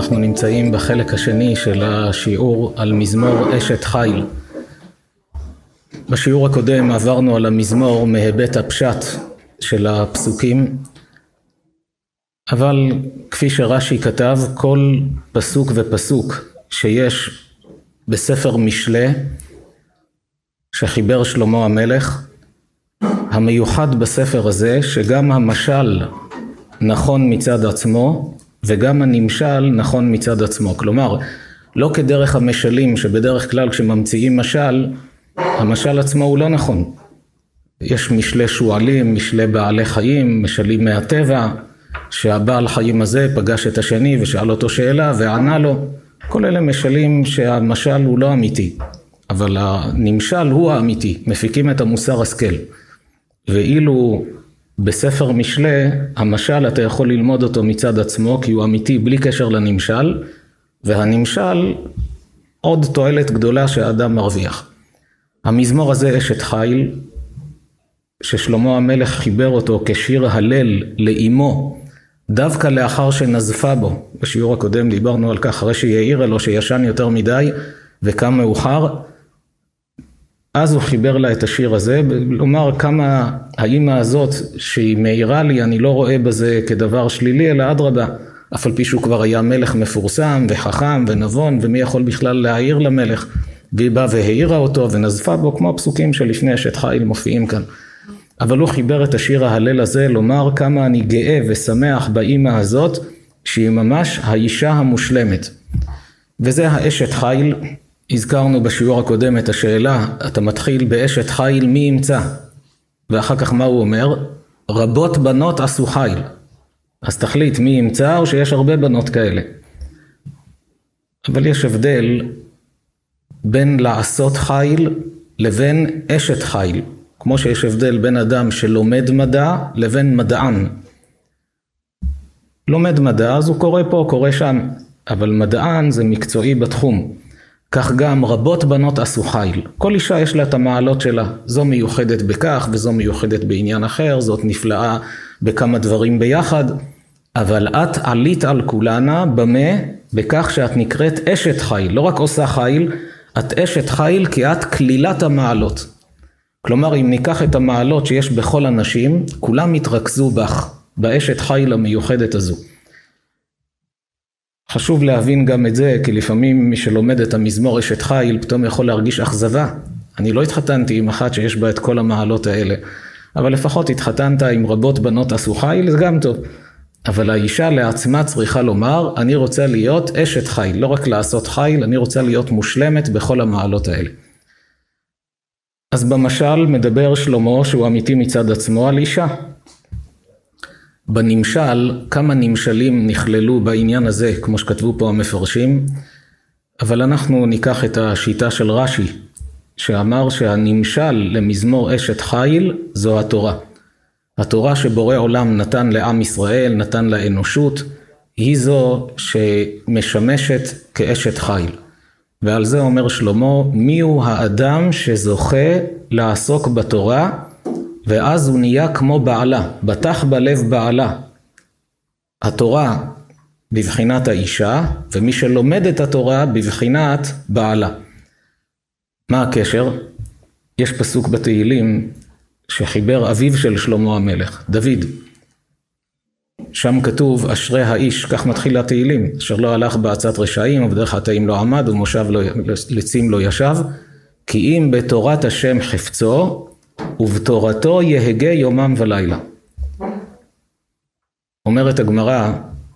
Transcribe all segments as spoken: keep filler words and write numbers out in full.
אנחנו נמצאים בחלק השני של השיעור על מזמור אשת חיל. בשיעור הקודם עברנו על המזמור מהיבט הפשט של הפסוקים, אבל כפי שרש"י כתב, כל פסוק ופסוק שיש בספר משלי שחיבר שלמה המלך, המיוחד בספר הזה שגם המשל נכון מצד עצמו וגם הנמשל נכון מצד עצמו. כלומר, לא כדרך המשלים שבדרך כלל כשממציאים משל, המשל עצמו הוא לא נכון. יש משלי שועלים, משלי בעלי חיים, משלים מהטבע, שהבעל חיים הזה פגש את השני ושאל אותו שאלה וענה לו. כל אלה משלים שהמשל הוא לא אמיתי, אבל הנמשל הוא האמיתי, מפיקים את המוסר השכל. ואילו בספר משלי, המשל אתה יכול ללמוד אותו מצד עצמו, כי הוא אמיתי בלי קשר לנמשל, והנמשל עוד תועלת גדולה שהאדם מרוויח. המזמור הזה אשת חיל, ששלמה המלך חיבר אותו כשיר הלל לאמו, דווקא לאחר שנזפה בו. בשיעור הקודם דיברנו על כך, אחרי שהעירה לו שישן יותר מדי וקם מאוחר, אז הוא חיבר לה את השיר הזה, לומר כמה האמא הזאת שהיא מעירה לי, אני לא רואה בזה כדבר שלילי, אלא אדרבה, אף על פי שהוא כבר היה מלך מפורסם וחכם ונבון, ומי יכול בכלל להעיר למלך, והיא באה והעירה אותו ונזפה בו, כמו הפסוקים שלפני אשת חיל מופיעים כאן. אבל הוא חיבר את השיר ההלל הזה, לומר כמה אני גאה ושמח באמא הזאת, שהיא ממש האישה המושלמת. וזה האשת חיל. הזכרנו בשיעור הקודם את השאלה, אתה מתחיל באשת חיל מי ימצא? ואחר כך מה הוא אומר? רבות בנות עשו חיל. אז תחליט מי ימצא או שיש הרבה בנות כאלה. אבל יש הבדל בין לעשות חיל לבין אשת חיל. כמו שיש הבדל בין אדם שלומד מדע לבין מדען. לומד מדע אז הוא קורא פה, קורא שם. אבל מדען זה מקצועי בתחום. כך גם רבות בנות עשו חיל. כל אישה יש לה את המעלות שלה. זו מיוחדת בכך וזו מיוחדת בעניין אחר. זאת נפלאה בכמה דברים ביחד. אבל את עלית על כולנה במה? בכך שאת נקראת אשת חיל. לא רק עושה חיל, את אשת חיל כי את כלילת המעלות. כלומר, אם ניקח את המעלות שיש בכל הנשים, כולם יתרכזו בך, באשת חיל המיוחדת הזו. חשוב להבין גם את זה, כי לפעמים מי שלומד את המזמור אשת חיל, פתאום יכול להרגיש אכזבה. אני לא התחתנתי עם אחת שיש בה את כל המעלות האלה, אבל לפחות התחתנת עם רבות בנות עשו חיל, זה גם טוב. אבל האישה לעצמה צריכה לומר, אני רוצה להיות אשת חיל, לא רק לעשות חיל, אני רוצה להיות מושלמת בכל המעלות האלה. אז במשל מדבר שלמה שהוא אמיתי מצד עצמו על אישה. בנמשל, כמה נמשלים נכללו בעניין הזה, כמו שכתבו פה המפרשים, אבל אנחנו ניקח את השיטה של רש"י, שאמר שהנמשל למזמור אשת חיל זו התורה. התורה שבורא עולם נתן לעם ישראל, נתן לאנושות, היא זו שמשמשת כאשת חיל. ועל זה אומר שלמה, מי הוא האדם שזוכה לעסוק בתורה, ואז הוא נהיה כמו בעלה, בטח בלב בעלה. התורה בבחינת האישה, ומי שלומד את התורה בבחינת בעלה. מה הקשר? יש פסוק בתהילים שחיבר אביו של שלמה המלך, דוד. שם כתוב, אשרי האיש, כך מתחיל התהילים, אשר לא הלך בעצת רשעים, ובדרך חטאים לא עמד, ומושב לא, לצים לא ישב, כי אם בתורת השם חפצו, ובתורתו יהגה יומם ולילה. אומרת הגמרא,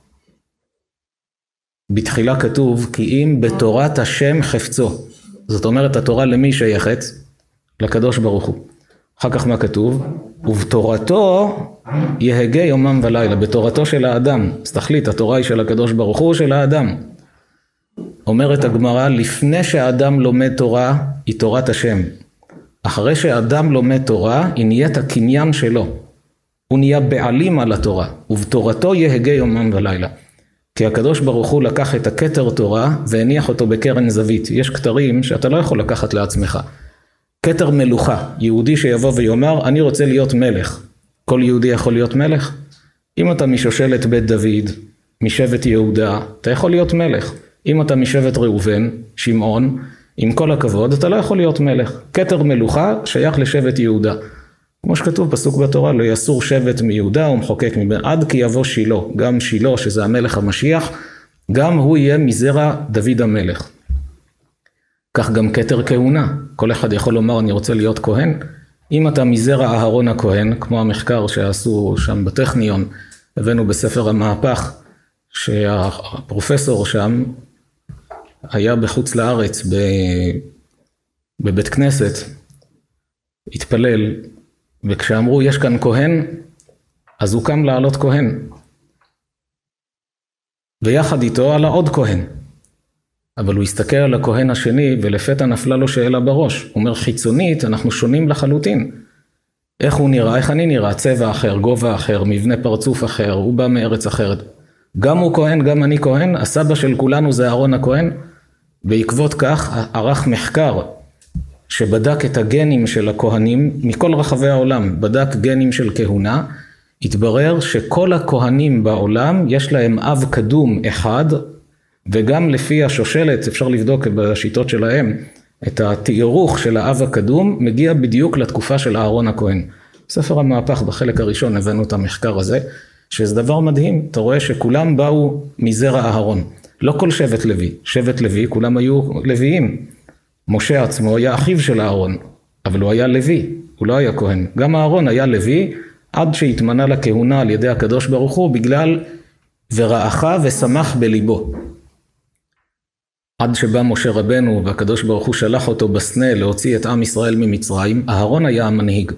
בתחילה כתוב, כי אם בתורת השם חפצו. זאת אומרת, התורה למי שייכת? לקדוש ברוך הוא. אחר כך מה כתוב? ובתורתו יהגה יומם ולילה, בתורתו של האדם. אז תחליט, התורה היא של הקדוש ברוך הוא של האדם. אומרת הגמרא, לפני שהאדם לומד תורה, היא תורת השם. אחרי שהאדם לומד תורה, היא נהיית הקניין שלו. הוא נהיה בעלים על התורה, ובתורתו יהגה יומם ולילה. כי הקדוש ברוך הוא לקח את הכתר תורה, והניח אותו בקרן זווית. יש כתרים שאתה לא יכול לקחת לעצמך. כתר מלוכה, יהודי שיבוא ויאמר, אני רוצה להיות מלך. כל יהודי יכול להיות מלך? אם אתה משושלת בית דוד, משבט יהודה, אתה יכול להיות מלך. אם אתה משבט ראובן, שמעון, עם כל הכבוד, אתה לא יכול להיות מלך. כתר מלוכה שייך לשבט יהודה. כמו שכתוב פסוק בתורה, לא יסור שבט מיהודה ומחוקק מבין, עד כי יבוא שילה, גם שילה שזה המלך המשיח, גם הוא יהיה מזרע דוד המלך. כך גם כתר כהונה, כל אחד יכול לומר אני רוצה להיות כהן, אם אתה מזרע אהרון הכהן, כמו המחקר שעשו שם בטכניון, הבאנו בספר המהפך, שהפרופסור שם היה בחוץ לארץ בבית כנסת, התפלל, וכשאמרו יש כאן כהן, אז הוא קם לעלות כהן. ויחד איתו עלה עוד כהן. אבל הוא הסתכל על הכהן השני, ולפתע נפלה לו שאלה בראש. הוא אומר, חיצונית, אנחנו שונים לחלוטין. איך הוא נראה, איך אני נראה, צבע אחר, גובה אחר, מבנה פרצוף אחר, הוא בא מארץ אחרת. גם הוא כהן, גם אני כהן, הסבא של כולנו זה אהרון הכהן. בעקבות כך, ערך מחקר, שבדק את הגנים של הכהנים מכל רחבי העולם, בדק גנים של כהונה, התברר שכל הכהנים בעולם יש להם אב קדום אחד, וגם לפי השושלת, אפשר לבדוק בשיטות שלהם, את התיארוך של האב הקדום, מגיע בדיוק לתקופה של אהרון הכהן. ספר המהפך בחלק הראשון הבאנו את המחקר הזה, שזה דבר מדהים, אתה רואה שכולם באו מזרע אהרון. לא כל שבט לוי, שבט לוי, כולם היו לוויים. משה עצמו היה אחיו של אהרון, אבל הוא היה לוי, הוא לא היה כהן. גם אהרון היה לוי, עד שהתמנה לכהונה על ידי הקדוש ברוך הוא, בגלל ורעך ושמח בליבו. עד שבא משה רבנו והקדוש ברוך הוא שלח אותו בסנה להוציא את עם ישראל ממצרים, אהרון היה המנהיג.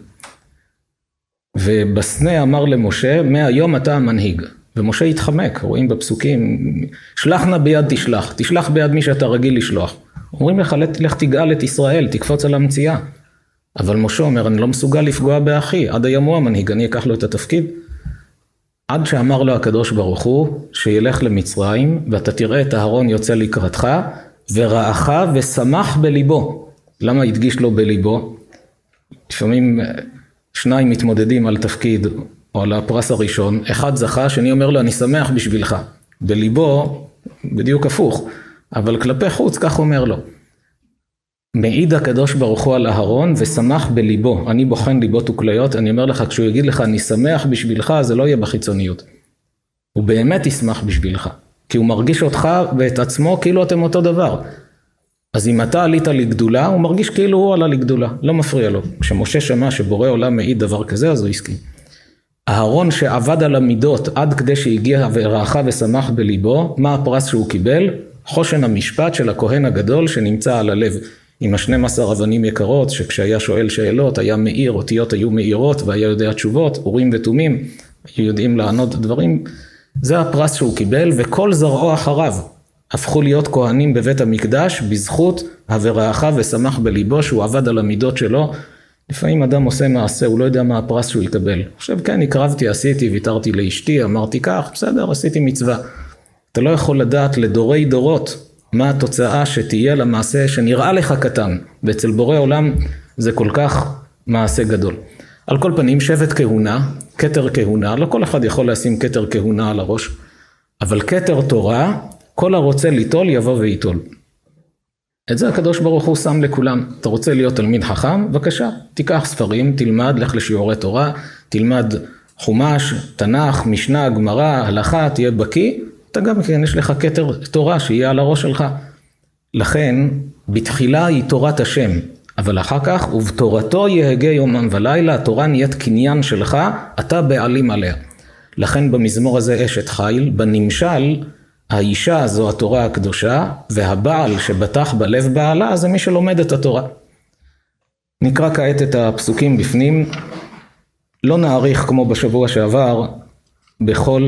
ובסנה אמר למשה, מהיום אתה המנהיג. ומשה התחמק, רואים בפסוקים, שלח נא ביד תשלח, תשלח ביד מי שאתה רגיל לשלוח. אומרים לך, לך תגאל את ישראל, תקפוץ על המציאה. אבל משה אומר, אני לא מסוגל לפגוע באחי, עד היום הוא המנהיג, אני אקח לו את התפקיד. עד שאמר לו הקדוש ברוך הוא, שילך למצרים, ואתה תראה את אהרון יוצא לקראתך, ורעך ושמח בליבו. למה הדגיש לו בליבו? לפעמים שניים מתמודדים על תפקיד, או על הפרס הראשון, אחד זכה, שני אומר לו, אני שמח בשבילך. בליבו, בדיוק הפוך, אבל כלפי חוץ, כך אומר לו. מעיד הקדוש ברוך הוא על אהרון, ושמח בליבו. אני בוחן ליבות וכליות, אני אומר לך, כשהוא יגיד לך, אני שמח בשבילך, זה לא יהיה בחיצוניות. הוא באמת ישמח בשבילך, כי הוא מרגיש אותך ואת עצמו כאילו אתם אותו דבר. אז אם אתה עלית לגדולה, הוא מרגיש כאילו הוא עלה לגדולה, לא מפריע לו. כשמשה שמע שבורא עולם מעיד דבר כזה, אז הוא הסכים. אהרון שעבד על המידות עד כדי שהגיע ורעך ושמח בליבו, מה הפרס שהוא קיבל? חושן המשפט של הכהן הגדול שנמצא על הלב. עם ה-שנים עשר אבנים יקרות, שכשהיה שואל שאלות, היה מאיר, אותיות היו מאירות, והיה יודע תשובות, אורים ותומים, היו יודעים לענות דברים. זה הפרס שהוא קיבל, וכל זרעו אחריו הפכו להיות כהנים בבית המקדש, בזכות הברעך ושמח בליבו, שהוא עבד על המידות שלו. לפעמים אדם עושה מעשה, הוא לא יודע מה הפרס שהוא יקבל. עכשיו כן, הקרבתי, עשיתי, ויתרתי לאשתי, אמרתי כך, בסדר, עשיתי מצווה. אתה לא יכול לדעת לדורי דורות, מה התוצאה שתהיה למעשה שנראה לך קטן, ואצל בורא עולם זה כל כך מעשה גדול. על כל פנים, שבט כהונה, כתר כהונה, לא כל אחד יכול לשים כתר כהונה על הראש, אבל כתר תורה, כל הרוצה ליטול יבוא ויטול. את זה הקדוש ברוך הוא שם לכולם. אתה רוצה להיות תלמיד חכם? בבקשה, תיקח ספרים, תלמד, לך לשיעורי תורה, תלמד חומש, תנ"ך, משנה, גמרא, הלכה, תהיה בקיא, אתה גם כן יש לך כתר תורה שיהיה על הראש שלך. לכן, בתחילה היא תורת השם, אבל אחר כך, ובתורתו יהגה יומם ולילה, התורה נהיית קניין שלך, אתה בעלים עליה. לכן במזמור הזה אשת חיל, בנמשל, האישה זו התורה הקדושה, והבעל שבטח בלב בעלה, זה מי שלומד את התורה. נקרא כעת את הפסוקים בפנים, לא נאריך כמו בשבוע שעבר, בכל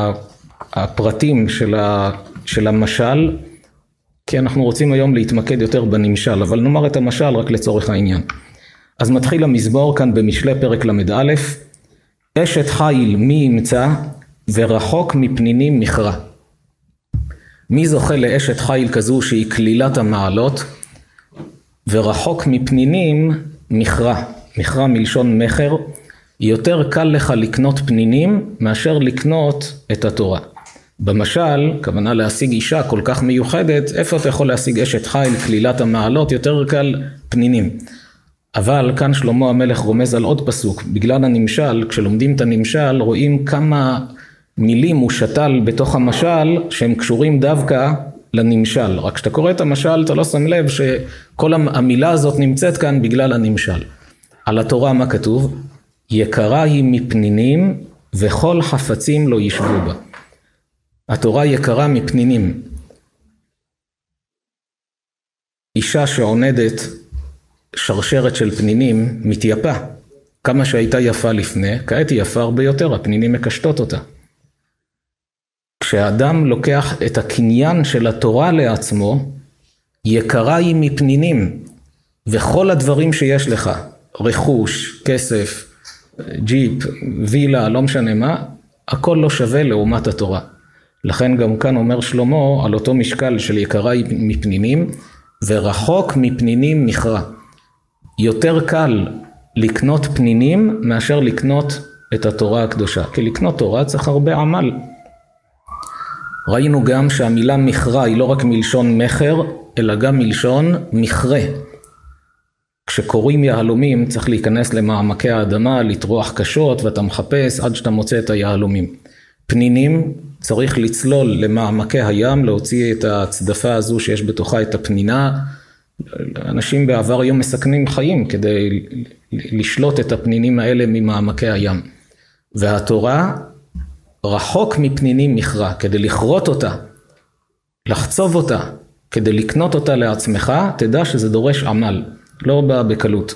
הפרטים של, ה, של המשל, כי אנחנו רוצים היום להתמקד יותר בנמשל, אבל נאמר את המשל רק לצורך העניין. אז מתחיל המזמור כאן במשלי פרק למד א', אשת חיל מי ימצא, ורחוק מפנינים מכרה. מי זוכה לאשת חיל כזו שהיא כלילת המעלות, ורחוק מפנינים מכרה, מכרה מלשון מחר, יותר קל לך לקנות פנינים מאשר לקנות את התורה. במשל, כוונה להשיג אישה כל כך מיוחדת, איפה אתה יכול להשיג אשת חיל, כלילת המעלות, יותר קל פנינים. אבל כאן שלמה המלך רומז על עוד פסוק, בגלל הנמשל, כשלומדים את הנמשל, רואים כמה מילים הוא שתל בתוך המשל, שהם קשורים דווקא לנמשל. רק כשאתה קורא את המשל, אתה לא שם לב שכל המילה הזאת נמצאת כאן בגלל הנמשל. על התורה מה כתוב? יקרה היא מפנינים, וכל חפצים לא ישבו בה. התורה יקרה מפנינים. אישה שעונדת שרשרת של פנינים מתייפה. כמה שהייתה יפה לפני, כעת היא יפה הרבה יותר, הפנינים מקשטות אותה. כשאדם לוקח את הקניין של התורה לעצמו, יקרה היא מפנינים, וכל הדברים שיש לך, רכוש, כסף, ג'יפ, וילה, לא משנה מה, הכל לא שווה לעומת התורה. לכן גם כאן אומר שלמה על אותו משקל של יקרה היא מפנינים, ורחוק מפנינים מכרה. יותר קל לקנות פנינים מאשר לקנות את התורה הקדושה. כי לקנות תורה צריך הרבה עמל. ראינו גם שהמילה מכרה היא לא רק מלשון מחר, אלא גם מלשון מכרה. כשקוראים יהלומים צריך להיכנס למעמקי האדמה, לטרוח קשות, ואתה מחפש עד שאתה מוצא את היהלומים. פנינים צריך לצלול למעמקי הים, להוציא את הצדפה הזו שיש בתוכה את הפנינה. אנשים בעבר היום מסכנים חיים כדי לשלוט את הפנינים האלה ממעמקי הים. והתורה רחוק מפנינים מכרה, כדי לכרות אותה, לחצוב אותה, כדי לקנות אותה לעצמך, תדע שזה דורש עמל, לא בא בקלות.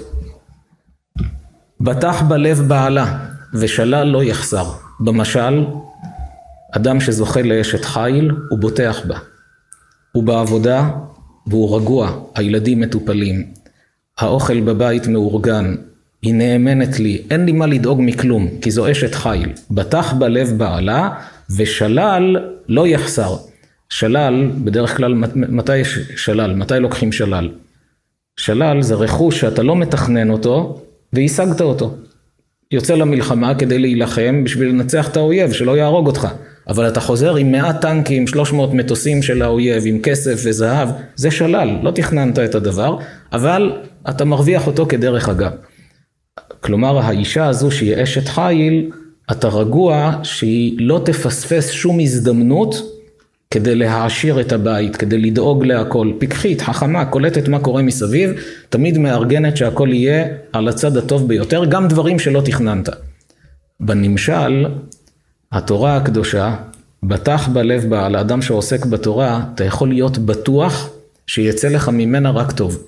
בטח בלב בעלה, ושלל לא יחסר. במשל, אדם שזוכה לאשת חיל, הוא בוטח בה. הוא בעבודה, והוא רגוע, הילדים מטופלים. האוכל בבית מאורגן, היא נאמנת לי, אין לי מה לדאוג מכלום, כי זו אשת חיל. בטח בלב בעלה, ושלל לא יחסר. שלל, בדרך כלל, מתי יש שלל? מתי לוקחים שלל? שלל זה רכוש שאתה לא מתכנן אותו, והשגת אותו. יוצא למלחמה כדי להילחם, בשביל לנצח את האויב, שלא יהרוג אותך. אבל אתה חוזר עם מאה טנקים, שלוש מאות מטוסים של האויב, עם כסף וזהב, זה שלל, לא תכננת את הדבר, אבל אתה מרוויח אותו כדרך אגב. כלומר, האישה הזו שהיא אשת חיל, אתה רגוע שהיא לא תפספס שום הזדמנות כדי להעשיר את הבית, כדי לדאוג להכל. פיקחית, חכמה, קולטת מה קורה מסביב, תמיד מארגנת שהכל יהיה על הצד הטוב ביותר, גם דברים שלא תכננת. בנמשל, התורה הקדושה, בטח בלב בעל האדם שעוסק בתורה, אתה יכול להיות בטוח שיצא לך ממנה רק טוב.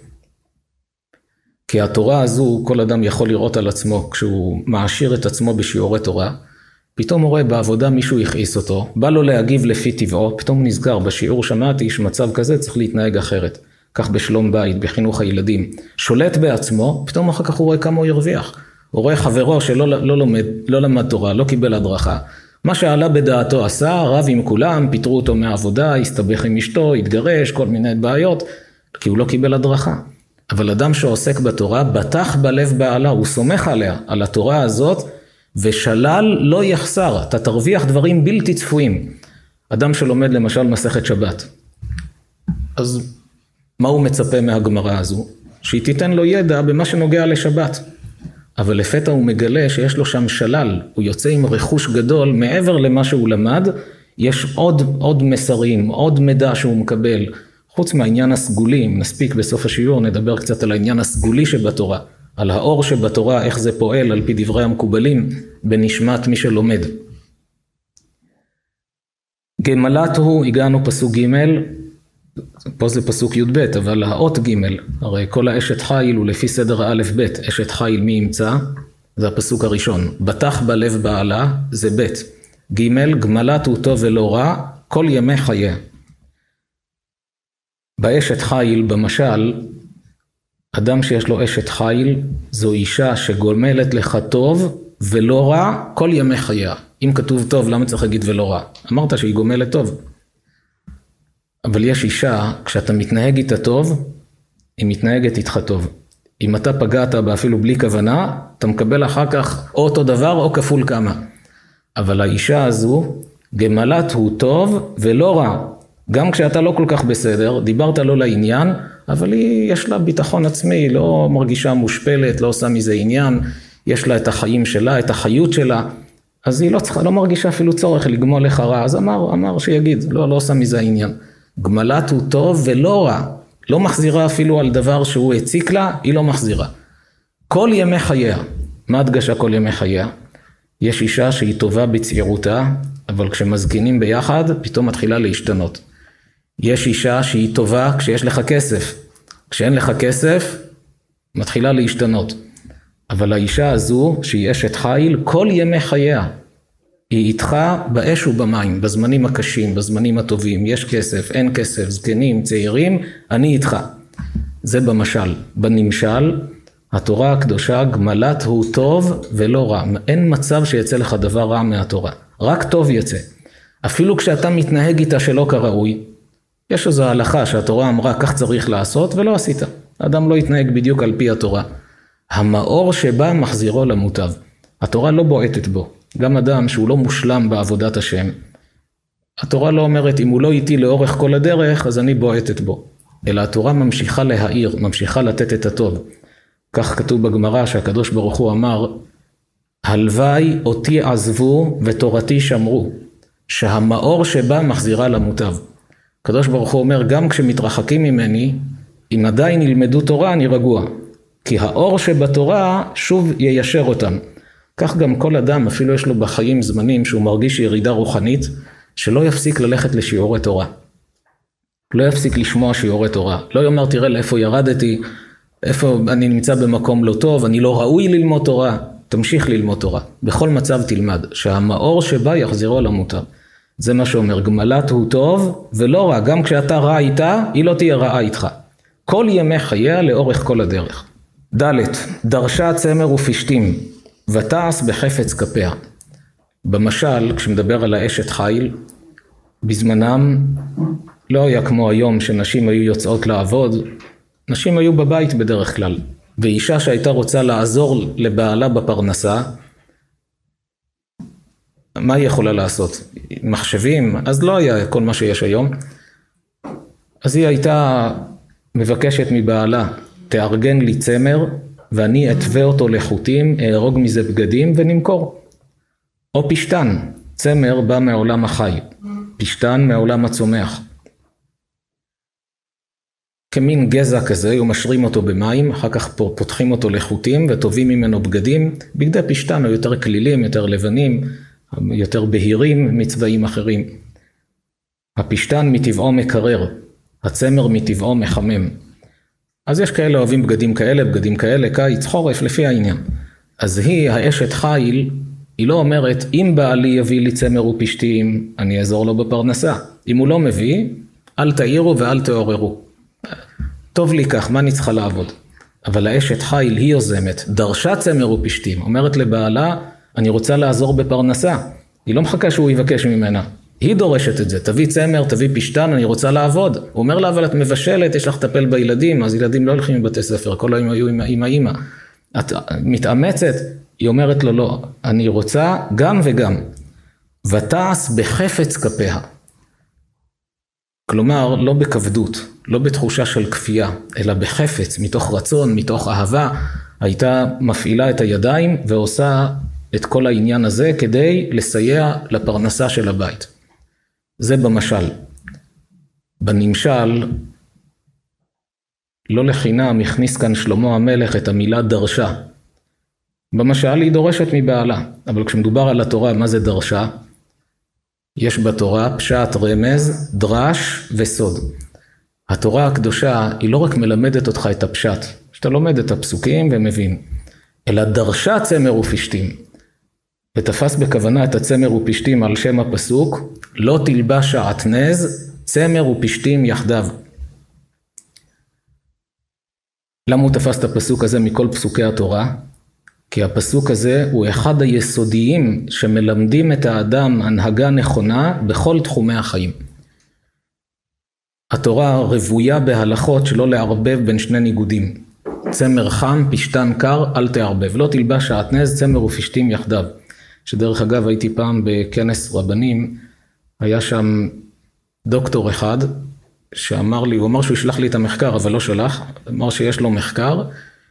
כי התורה הזו, כל אדם יכול לראות על עצמו, כשהוא מעשיר את עצמו בשיעורי תורה, פתאום הוא רואה בעבודה מישהו יכעיס אותו, בא לו להגיב לפי טבעו, פתאום נזכר, בשיעור שמעתי שמצב כזה צריך להתנהג אחרת. כך בשלום בית, בחינוך הילדים. שולט בעצמו, פתאום אחר כך הוא רואה כמה הוא ירוויח. הוא רואה חברו שלא לא לומד, לא למד תורה, לא קיבל הדרכה. מה שעלה בדעתו עשה, רב עם כולם, פיטרו אותו מהעבודה, הסתבך עם אשתו, התגרש, כל מיני בעיות, כי הוא לא קיבל הדרכה. אבל אדם שעוסק בתורה, בטח בלב בעלה, הוא סומך עליה, על התורה הזאת, ושלל לא יחסר, אתה תרוויח דברים בלתי צפויים. אדם שלומד למשל מסכת שבת, אז מה הוא מצפה מהגמרא הזו? שהיא תיתן לו ידע במה שנוגע לשבת. אבל לפתע הוא מגלה שיש לו שם שלל, הוא יוצא עם רכוש גדול, מעבר למה שהוא למד, יש עוד, עוד מסרים, עוד מידע שהוא מקבל, חוץ מהעניין הסגולי. אם נספיק בסוף השיעור, נדבר קצת על העניין הסגולי שבתורה, על האור שבתורה, איך זה פועל על פי דברי המקובלים, בנשמת מי שלומד. גמלת הוא, הגענו פסוק ג', פה זה פסוק י' ב', אבל האות ג', הרי כל האשת חיל הוא לפי סדר א' ב', אשת חיל מי ימצא, זה הפסוק הראשון. בטח בלב בעלה, זה ב', ג', גמלת הוא טוב ולא רע, כל ימי חייה. באשת חיל, במשל, אדם שיש לו אשת חיל, זו אישה שגומלת לך טוב ולא רע כל ימי חייה. אם כתוב טוב, למה צריך להגיד ולא רע? אמרת שהיא גומלת טוב. אבל יש אישה, כשאתה מתנהג איתה טוב, היא מתנהגת איתך טוב. אם אתה פגעת בה אפילו בלי כוונה, אתה מקבל אחר כך או אותו דבר או כפול כמה. אבל האישה הזו, גמלת הוא טוב ולא רע. גם כשאתה לא כל כך בסדר, דיברת לא לעניין, אבל היא יש לה ביטחון עצמי, היא לא מרגישה מושפלת, לא עושה מזה עניין, יש לה את החיים שלה, את החיות שלה, אז היא לא צריכה, לא מרגישה אפילו צורך לגמול לך רע, אז אמר, אמר שיגיד, לא, לא עושה מזה עניין. גמלת הוא טוב ולא רע, לא מחזירה אפילו על דבר שהוא הציק לה, היא לא מחזירה. כל ימי חייה, מה הדגשה כל ימי חייה? יש אישה שהיא טובה בצעירותה, אבל כשמזקינים ביחד, פתאום מתחילה להשתנות. יש אישה שהיא טובה כשיש לך כסף. כשאין לך כסף, מתחילה להשתנות. אבל האישה הזו, שהיא אשת חיל, כל ימי חייה, היא איתך באש ובמים, בזמנים הקשים, בזמנים הטובים. יש כסף, אין כסף, זקנים, צעירים, אני איתך. זה במשל. בנמשל, התורה הקדושה, גמלת הוא טוב ולא רע. אין מצב שיצא לך דבר רע מהתורה. רק טוב יצא. אפילו כשאתה מתנהג איתה שלא כראוי, יש איזו הלכה שהתורה אמרה כך צריך לעשות ולא עשית. האדם לא יתנהג בדיוק על פי התורה. המאור שבה מחזירו למוטב. התורה לא בועטת בו. גם אדם שהוא לא מושלם בעבודת השם. התורה לא אומרת אם הוא לא איתי לאורך כל הדרך אז אני בועטת בו. אלא התורה ממשיכה להאיר, ממשיכה לתת את הטוב. כך כתוב בגמרא שהקדוש ברוך הוא אמר, הלוואי אותי עזבו ותורתי שמרו, שהמאור שבה מחזירה למוטב. הקדוש ברוך הוא אומר, גם כשמתרחקים ממני, אם עדיין ילמדו תורה אני רגוע, כי האור שבתורה שוב יישר אותם. כך גם כל אדם, אפילו יש לו בחיים זמנים שהוא מרגיש ירידה רוחנית, שלא יפסיק ללכת לשיעורי תורה. לא יפסיק לשמוע שיעורי תורה. לא יאמר תראה לאיפה ירדתי, איפה אני נמצא במקום לא טוב, אני לא ראוי ללמוד תורה. תמשיך ללמוד תורה. בכל מצב תלמד, שהמאור שבה יחזירו למוטב. זה מה שאומר, גמלת הוא טוב ולא רע. גם כשאתה רע איתה, היא לא תהיה רעה איתך. כל ימי חייה לאורך כל הדרך. ד' דרשה צמר ופשתים, ותעש בחפץ כפיה. במשל, כשמדבר על האשת חיל, בזמנם לא היה כמו היום שנשים היו יוצאות לעבוד, נשים היו בבית בדרך כלל. ואישה שהייתה רוצה לעזור לבעלה בפרנסה, מה היא יכולה לעשות? מחשבים? אז לא היה כל מה שיש היום. אז היא הייתה מבקשת מבעלה, תארגן לי צמר, ואני אתווה אותו לחוטים, אהרוג מזה בגדים ונמכור. או פשטן, צמר בא מעולם החי, פשטן מעולם הצומח. כמין גזע כזה, היו משרים אותו במים, אחר כך פותחים אותו לחוטים וטובים ממנו בגדים. בגדי פשטן היו יותר כלילים, יותר לבנים, יותר בהירים מצבעים אחרים. הפשטן מטבעו מקרר, הצמר מטבעו מחמם. אז יש כאלה אוהבים בגדים כאלה, בגדים כאלה, קיץ, חורף, לפי העניין. אז היא, האשת חיל, היא לא אומרת, אם בעלי יביא לי צמר ופשתים, אני אעזור לו בפרנסה. אם הוא לא מביא, אל תעירו ואל תעוררו. טוב לי כך, מה אני צריכה לעבוד? אבל האשת חיל היא יוזמת, דרשה צמר ופשתים, אומרת לבעלה, אני רוצה לעזור בפרנסה. היא לא מחכה שהוא יבקש ממנה. היא דורשת את זה, תביא צמר, תביא פשטן, אני רוצה לעבוד. הוא אומר לה, אבל את מבשלת, יש לך לטפל בילדים, אז ילדים לא הולכים מבתי ספר, כל היום היו עם האמא. את מתאמצת, היא אומרת לו, לא, אני רוצה גם וגם. ותעש בחפץ כפיה. כלומר, לא בכבדות, לא בתחושה של כפייה, אלא בחפץ, מתוך רצון, מתוך אהבה, הייתה מפעילה את הידיים ועושה את כל העניין הזה כדי לסייע לפרנסה של הבית. זה במשל. בנמשל, לא לחינם הכניס כאן שלמה המלך את המילה דרשה. במשל היא דורשת מבעלה, אבל כשמדובר על התורה, מה זה דרשה? יש בתורה פשט, רמז, דרש וסוד. התורה הקדושה היא לא רק מלמדת אותך את הפשט, שאתה לומד את הפסוקים ומבין, אלא דרשה צמר ופשתים. ותפס בכוונה את הצמר ופשתים על שם הפסוק, לא תלבש שעטנז, צמר ופשתים יחדיו. למה הוא תפס את הפסוק הזה מכל פסוקי התורה? כי הפסוק הזה הוא אחד היסודיים שמלמדים את האדם הנהגה נכונה בכל תחומי החיים. התורה רבויה בהלכות שלא לערבב בין שני ניגודים. צמר חם, פשטן קר, אל תערבב. לא תלבש שעטנז, צמר ופשתים יחדיו. שדרך אגב הייתי פעם בכנס רבנים, היה שם דוקטור אחד שאמר לי, הוא אמר שהוא ישלח לי את המחקר, אבל לא שלח, אמר שיש לו מחקר,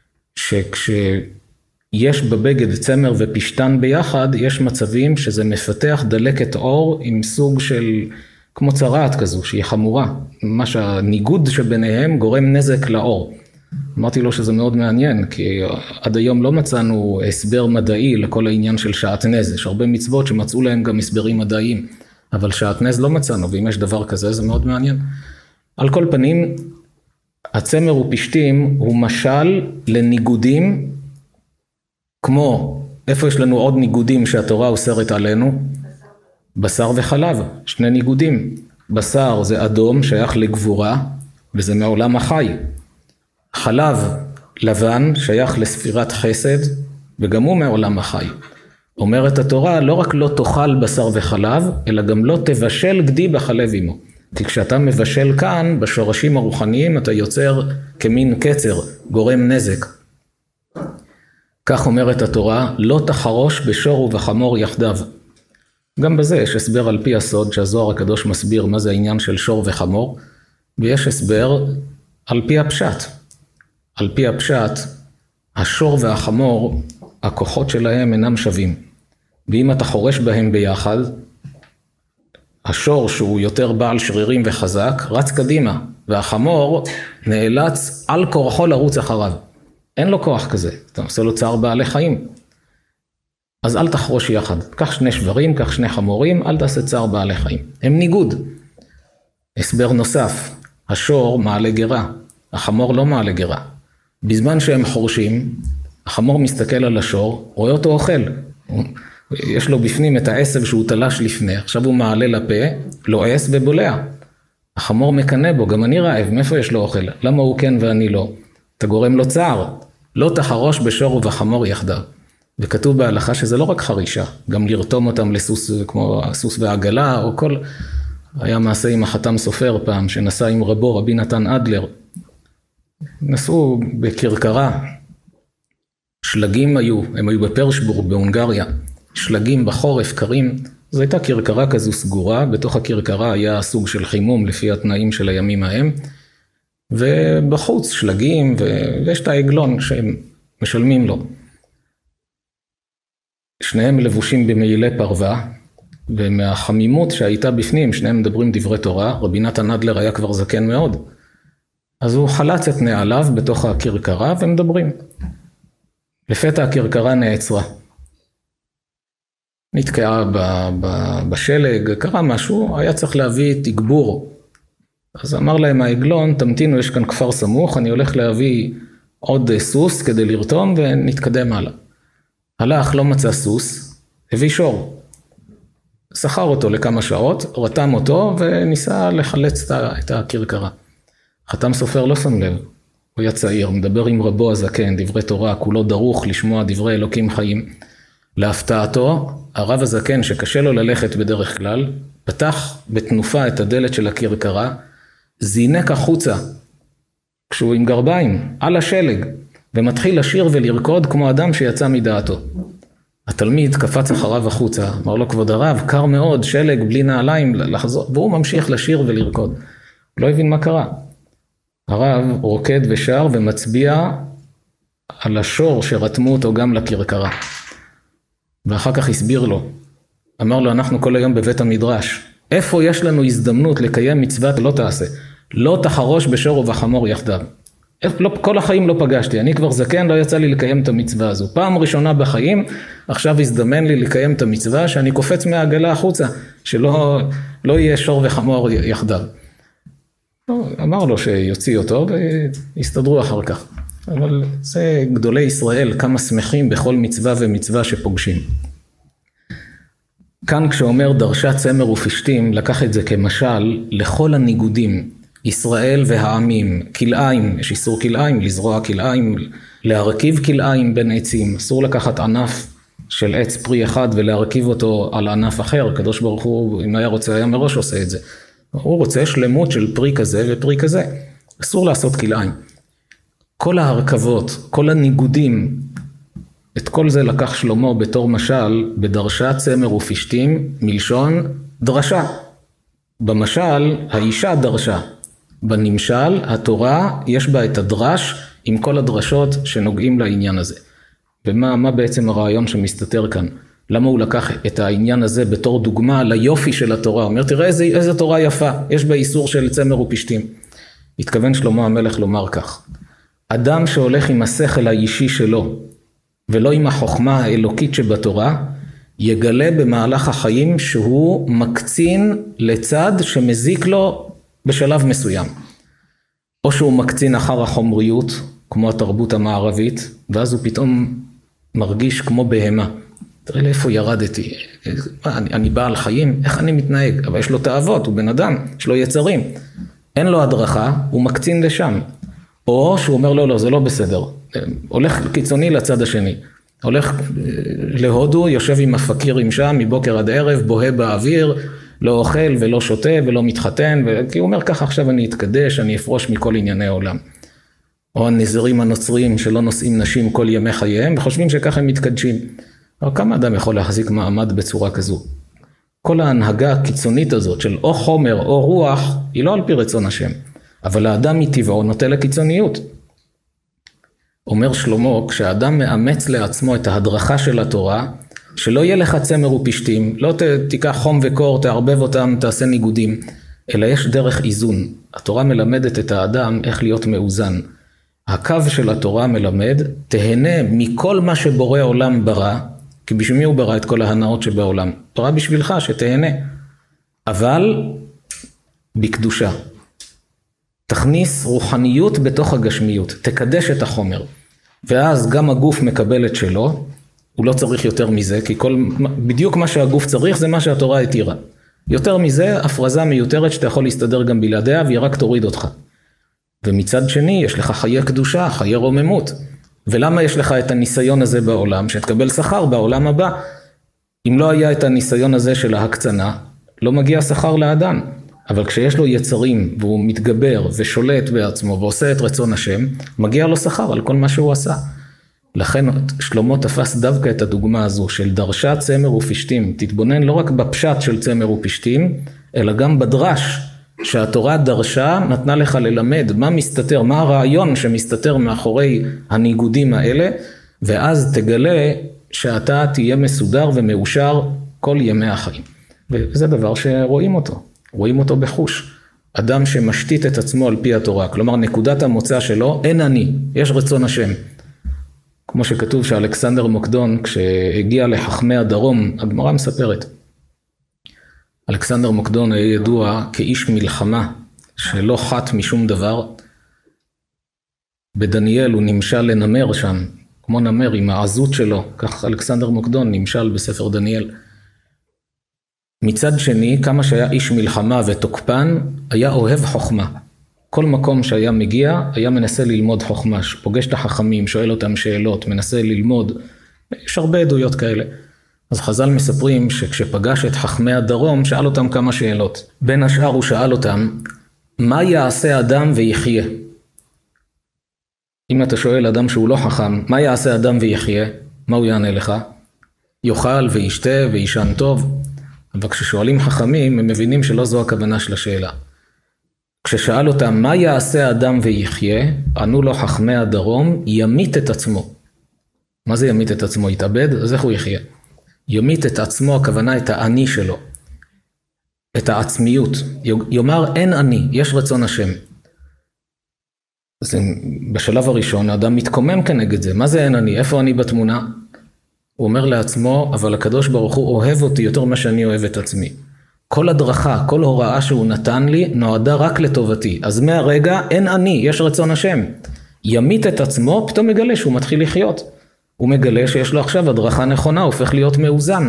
שכשיש בבגד צמר ופשטן ביחד, יש מצבים שזה מפתח דלקת עור עם סוג של, כמו צרעת כזו, שהיא חמורה. ממש הניגוד שביניהם גורם נזק לעור. אמרתי לו שזה מאוד מעניין, כי עד היום לא מצאנו הסבר מדעי לכל העניין של שעטנז. יש הרבה מצוות שמצאו להם גם הסברים מדעיים, אבל שעטנז לא מצאנו, ואם יש דבר כזה זה מאוד מעניין. על כל פנים, הצמר ופשטים הוא משל לניגודים, כמו איפה יש לנו עוד ניגודים שהתורה אוסרת עלינו? בשר וחלב, שני ניגודים. בשר זה אדום, שייך לגבורה, וזה מעולם החי. חלב לבן, שייך לספירת חסד, וגם הוא מעולם החי. אומרת התורה, לא רק לא תאכל בשר וחלב, אלא גם לא תבשל גדי בחלב עמו. כי כשאתה מבשל כאן, בשורשים הרוחניים, אתה יוצר כמין קצר, גורם נזק. כך אומרת התורה, לא תחרוש בשור ובחמור יחדיו. גם בזה יש הסבר על פי הסוד, שהזוהר הקדוש מסביר מה זה העניין של שור וחמור, ויש הסבר על פי הפשט. על פי הפשט, השור והחמור, הכוחות שלהם אינם שווים. ואם אתה חורש בהם ביחד, השור שהוא יותר בעל שרירים וחזק, רץ קדימה, והחמור נאלץ על כורחו לרוץ אחריו. אין לו כוח כזה, אתה עושה לו צער בעלי חיים. אז אל תחרוש יחד, קח שני שברים, קח שני חמורים, אל תעשה צער בעלי חיים. הם ניגוד. הסבר נוסף, השור מעלה גרה, החמור לא מעלה גרה. בזמן שהם חורשים, החמור מסתכל על השור, רואה אותו אוכל. יש לו בפנים את העשב שהוא תלש לפני, עכשיו הוא מעלה לפה, לועס ובולע. החמור מקנה בו, גם אני רעב, מאיפה יש לו אוכל? למה הוא כן ואני לא? אתה גורם לו צער, לא תחרוש בשור ובחמור יחדיו. וכתוב בהלכה שזה לא רק חרישה, גם לרתום אותם לסוס כמו הסוס והעגלה, או כל... היה מעשה עם החתם סופר פעם, שנסע עם רבו, רבי נתן אדלר. נסעו בקרקרה, שלגים היו, הם היו בפרשבורג בהונגריה, שלגים בחורף קרים, זו הייתה קרקרה כזו סגורה, בתוך הקרקרה היה סוג של חימום לפי התנאים של הימים ההם, ובחוץ שלגים, ויש את העגלון שהם משלמים לו. שניהם לבושים במעילי פרווה, ומהחמימות שהייתה בפנים, שניהם מדברים דברי תורה, רבי נתן אדלר היה כבר זקן מאוד, אז הוא חלץ את נעליו בתוך הקרקרה ומדברים. לפתע הקרקרה נעצרה. נתקעה בשלג, קרה משהו, היה צריך להביא תגבור. אז אמר להם העגלון, תמתינו, יש כאן כפר סמוך, אני הולך להביא עוד סוס כדי לרתום ונתקדם הלאה. הלך, לא מצא סוס, הביא שור. שכר אותו לכמה שעות, רתם אותו וניסה לחלץ את הקרקרה. חתם סופר לא שם לב, הוא היה צעיר, מדבר עם רבו הזקן, דברי תורה, כולו דרוך לשמוע דברי אלוקים חיים. להפתעתו, הרב הזקן שקשה לו ללכת בדרך כלל, פתח בתנופה את הדלת של הקרקרה, זינק החוצה, כשהוא עם גרביים, על השלג, ומתחיל לשיר ולרקוד כמו אדם שיצא מדעתו. התלמיד קפץ אחריו החוצה, אמר לו, כבוד הרב, קר מאוד, שלג בלי נעליים לחזור, והוא ממשיך לשיר ולרקוד. לא הבין מה קרה. הרב רוקד ושר ומצביע על השור שרתמו אותו גם לקרקרה. ואחר כך הסביר לו, אמר לו, אנחנו כל היום בבית המדרש, איפה יש לנו הזדמנות לקיים מצוות לא תעשה? לא תחרוש בשור ובחמור יחדיו. לא, כל החיים לא פגשתי, אני כבר זקן, לא יצא לי לקיים את המצווה הזו. פעם ראשונה בחיים, עכשיו הזדמן לי לקיים את המצווה, שאני קופץ מהעגלה החוצה, שלא לא יהיה שור וחמור יחדיו. אמר לו שיוציא אותו ויסתדרו אחר כך. אבל זה גדולי ישראל, כמה שמחים בכל מצווה ומצווה שפוגשים. כאן כשאומר דרשה צמר ופשטים, לקח את זה כמשל לכל הניגודים, ישראל והעמים, כלאיים, יש איסור כלאיים, לזרוע כלאיים, להרכיב כלאיים בין עצים, אסור לקחת ענף של עץ פרי אחד ולהרכיב אותו על ענף אחר, הקדוש ברוך הוא, אם היה רוצה, היה מראש עושה את זה. הוא רוצה שלמות של פרי כזה ופרי כזה, אסור לעשות כלאיים. כל ההרכבות, כל הניגודים, את כל זה לקח שלמה בתור משל, בדרשה צמר ופשטים, מלשון דרשה. במשל, האישה דרשה. בנמשל, התורה יש בה את הדרש עם כל הדרשות שנוגעים לעניין הזה. ומה מה בעצם הרעיון שמסתתר כאן? למה הוא לקח את העניין הזה בתור דוגמה ליופי של התורה? הוא אומר, תראה איזה, איזה תורה יפה, יש בה איסור של צמר ופשתים. התכוון שלמה המלך לומר כך, אדם שהולך עם השכל האישי שלו, ולא עם החוכמה האלוקית שבתורה, יגלה במהלך החיים שהוא מקצין לצד שמזיק לו בשלב מסוים. או שהוא מקצין אחר החומריות, כמו התרבות המערבית, ואז הוא פתאום מרגיש כמו בהמה. תראה לאיפה ירדתי, אני, אני בעל חיים, איך אני מתנהג? אבל יש לו תאוות, הוא בן אדם, יש לו יצרים. אין לו הדרכה, הוא מקצין לשם. או שהוא אומר לא, לא, זה לא בסדר. הולך קיצוני לצד השני. הולך להודו, יושב עם הפקירים שם, מבוקר עד ערב, בוהה באוויר, לא אוכל ולא שותה ולא מתחתן, כי הוא אומר ככה עכשיו אני אתקדש, אני אפרוש מכל ענייני העולם. או הנזירים הנוצרים שלא נושאים נשים כל ימי חייהם, וחושבים שככה הם מתקדשים. אבל כמה אדם יכול להחזיק מעמד בצורה כזו? כל ההנהגה הקיצונית הזאת של או חומר או רוח, היא לא על פי רצון השם. אבל האדם מטבעו נוטה לקיצוניות. אומר שלמה, כשהאדם מאמץ לעצמו את ההדרכה של התורה, שלא יהיה לך צמר ופשתים, לא ת, תיקח חום וקור, תערבב אותם, תעשה ניגודים, אלא יש דרך איזון. התורה מלמדת את האדם איך להיות מאוזן. הקו של התורה מלמד, תהנה מכל מה שבורא עולם ברא, כי בשביל מי הוא ברא את כל ההנאות שבעולם? תורה בשבילך שתהנה, אבל בקדושה. תכניס רוחניות בתוך הגשמיות, תקדש את החומר. ואז גם הגוף מקבל את שלו, הוא לא צריך יותר מזה, כי כל, בדיוק מה שהגוף צריך זה מה שהתורה התירה. יותר מזה, הפרזה מיותרת שאתה יכול להסתדר גם בלעדיה, והיא רק תוריד אותך. ומצד שני, יש לך חיי קדושה, חיי רוממות. ולמה יש לך את הניסיון הזה בעולם, שתקבל שכר בעולם הבא? אם לא היה את הניסיון הזה של ההקצנה, לא מגיע שכר לאדם. אבל כשיש לו יצרים, והוא מתגבר ושולט בעצמו, ועושה את רצון השם, מגיע לו שכר על כל מה שהוא עשה. לכן שלמה תפס דווקא את הדוגמה הזו של דרשה צמר ופשתים. תתבונן לא רק בפשט של צמר ופשתים, אלא גם בדרש שהתורה דרשה נתנה לך ללמד מה מסתתר, מה הרעיון שמסתתר מאחורי הניגודים האלה, ואז תגלה שאתה תהיה מסודר ומאושר כל ימי החיים. וזה דבר שרואים אותו, רואים אותו בחוש. אדם שמשתית את עצמו על פי התורה, כלומר נקודת המוצא שלו, אין אני, יש רצון השם. כמו שכתוב שאלכסנדר מוקדון, כשהגיע לחכמי הדרום, הגמרא מספרת. אלכסנדר מוקדון היה ידוע כאיש מלחמה, שלא חת משום דבר. בדניאל הוא נמשל לנמר שם, כמו נמר עם העזות שלו, כך אלכסנדר מוקדון נמשל בספר דניאל. מצד שני, כמה שהיה איש מלחמה ותוקפן, היה אוהב חוכמה. כל מקום שהיה מגיע, היה מנסה ללמוד חוכמה, פוגש את החכמים, שואל אותם שאלות, מנסה ללמוד. יש הרבה עדויות כאלה. אז חז"ל מספרים שכשפגש את חכמי הדרום, שאל אותם כמה שאלות. בין השאר הוא שאל אותם, מה יעשה אדם ויחיה? אם אתה שואל אדם שהוא לא חכם, מה יעשה אדם ויחיה? מה הוא יענה לך? יאכל וישתה וישן טוב. אבל כששואלים חכמים, הם מבינים שלא זו הכוונה של השאלה. כששאל אותם, מה יעשה אדם ויחיה? ענו לו חכמי הדרום, ימית את עצמו. מה זה ימית את עצמו? יתאבד? אז איך הוא יחיה? ימית את עצמו, הכוונה את האני שלו. את העצמיות. יאמר, אין אני, יש רצון השם. אז בשלב הראשון, האדם מתקומם כנגד זה. מה זה אין אני? איפה אני בתמונה? הוא אומר לעצמו, אבל הקדוש ברוך הוא אוהב אותי יותר מה שאני אוהב את עצמי. כל הדרכה, כל הוראה שהוא נתן לי, נועדה רק לטובתי. אז מהרגע אין אני, יש רצון השם. ימית את עצמו, פתאום מגלה שהוא מתחיל לחיות. הוא מגלה שיש לו עכשיו הדרכה נכונה, הופך להיות מאוזן.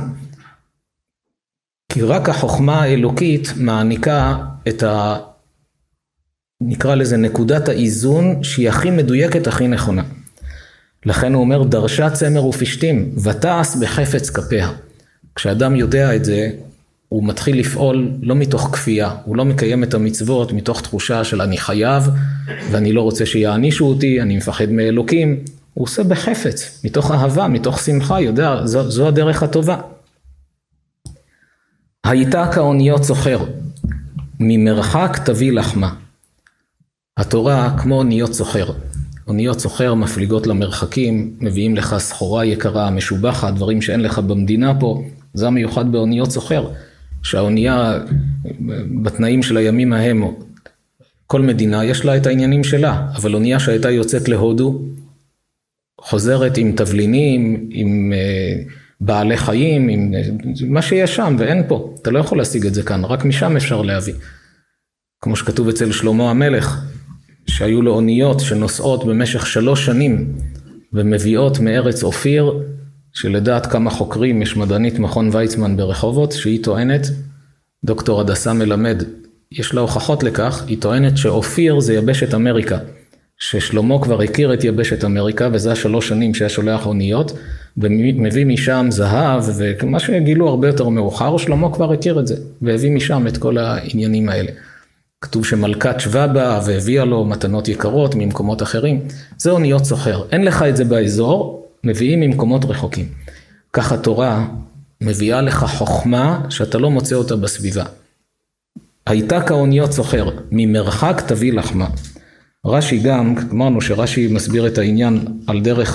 כי רק החוכמה האלוקית מעניקה את ה... נקרא לזה נקודת האיזון, שהיא הכי מדויקת, הכי נכונה. לכן הוא אומר, דרשה צמר ופשתים, ותעש בחפץ כפיה. כשאדם יודע את זה, הוא מתחיל לפעול לא מתוך כפייה, הוא לא מקיים את המצוות מתוך תחושה של אני חייב, ואני לא רוצה שיענישו אותי, אני מפחד מאלוקים. הוא עושה בחפץ, מתוך אהבה, מתוך שמחה, יודע, זו, זו הדרך הטובה. הייתה כאוניות סוחר. ממרחק תביא לחמה. התורה כמו אוניות סוחר. אוניות סוחר מפליגות למרחקים, מביאים לך סחורה יקרה, משובחת, דברים שאין לך במדינה פה. זה המיוחד באוניות סוחר, שהאונייה בתנאים של הימים ההם, כל מדינה יש לה את העניינים שלה, אבל אונייה שהייתה יוצאת להודו, חוזרת עם תבלינים, עם בעלי חיים, עם מה שיש שם ואין פה. אתה לא יכול להשיג את זה כאן, רק משם אפשר להביא. כמו שכתוב אצל שלמה המלך, שהיו לו אוניות שנוסעות במשך שלוש שנים, ומביאות מארץ אופיר, שלדעת כמה חוקרים, יש מדענית מכון ויצמן ברחובות, שהיא טוענת, דוקטור הדסה מלמד, יש לה הוכחות לכך, היא טוענת שאופיר זה יבשת אמריקה, ששלמה כבר הכיר את יבשת אמריקה, וזה השלוש שנים שהיה שולח אוניות, ומביא משם זהב, ומה שגילו הרבה יותר מאוחר, שלמה כבר הכיר את זה, והביא משם את כל העניינים האלה. כתוב שמלכת שבא בה, והביאה לו מתנות יקרות ממקומות אחרים, זה אוניות סוחר. אין לך את זה באזור, מביאים ממקומות רחוקים. כך התורה מביאה לך חוכמה, שאתה לא מוצא אותה בסביבה. הייתה כאוניות סוחר, ממרחק תביא לחמה. רש"י גם, אמרנו שרש"י מסביר את העניין על דרך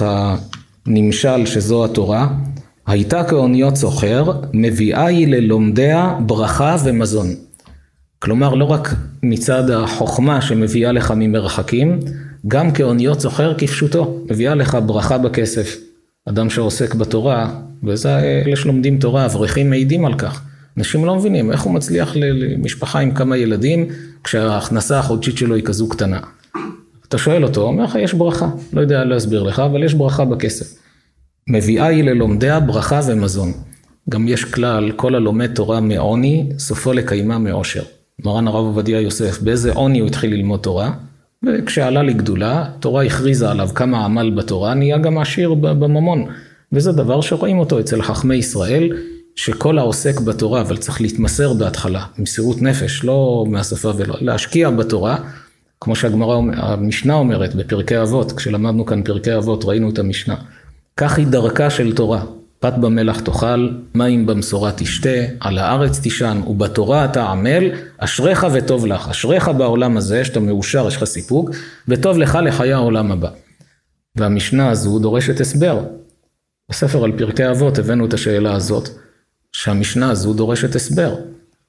הנמשל שזו התורה, הייתה כאוניות סוחר, מביאה היא ללומדיה ברכה ומזון. כלומר, לא רק מצד החוכמה שמביאה לך ממרחקים, גם כאוניות סוחר כפשוטו, מביאה לך ברכה בכסף. אדם שעוסק בתורה, וזה אלה שלומדים תורה, אברכים מעידים על כך. אנשים לא מבינים איך הוא מצליח למשפחה עם כמה ילדים, כשההכנסה החודשית שלו היא כזו קטנה. אתה שואל אותו, אומר לך, יש ברכה. לא יודע להסביר לך, אבל יש ברכה בכסף. מביאה היא ללומדיה ברכה ומזון. גם יש כלל, כל הלומד תורה מעוני, סופו לקיימה מאושר. מרן הרב עובדיה יוסף, באיזה עוני הוא התחיל ללמוד תורה, וכשעלה לגדולה, תורה הכריזה עליו כמה עמל בתורה, נהיה גם עשיר בממון. וזה דבר שרואים אותו אצל חכמי ישראל, שכל העוסק בתורה, אבל צריך להתמסר בהתחלה, מסירות נפש, לא מהשפה ולא, להשקיע בתורה, כמו שהגמרא, המשנה אומרת בפרקי אבות, כשלמדנו כאן פרקי אבות, ראינו את המשנה. כך היא דרכה של תורה, פת במלח תאכל, מים במשורה תשתה, על הארץ תישן, ובתורה אתה עמל, אשריך וטוב לך. אשריך בעולם הזה, שאתה מאושר, יש לך סיפוק, וטוב לך לחיי העולם הבא. והמשנה הזו דורשת הסבר. בספר על פרקי אבות הבאנו את השאלה הזאת, שהמשנה הזו דורשת הסבר.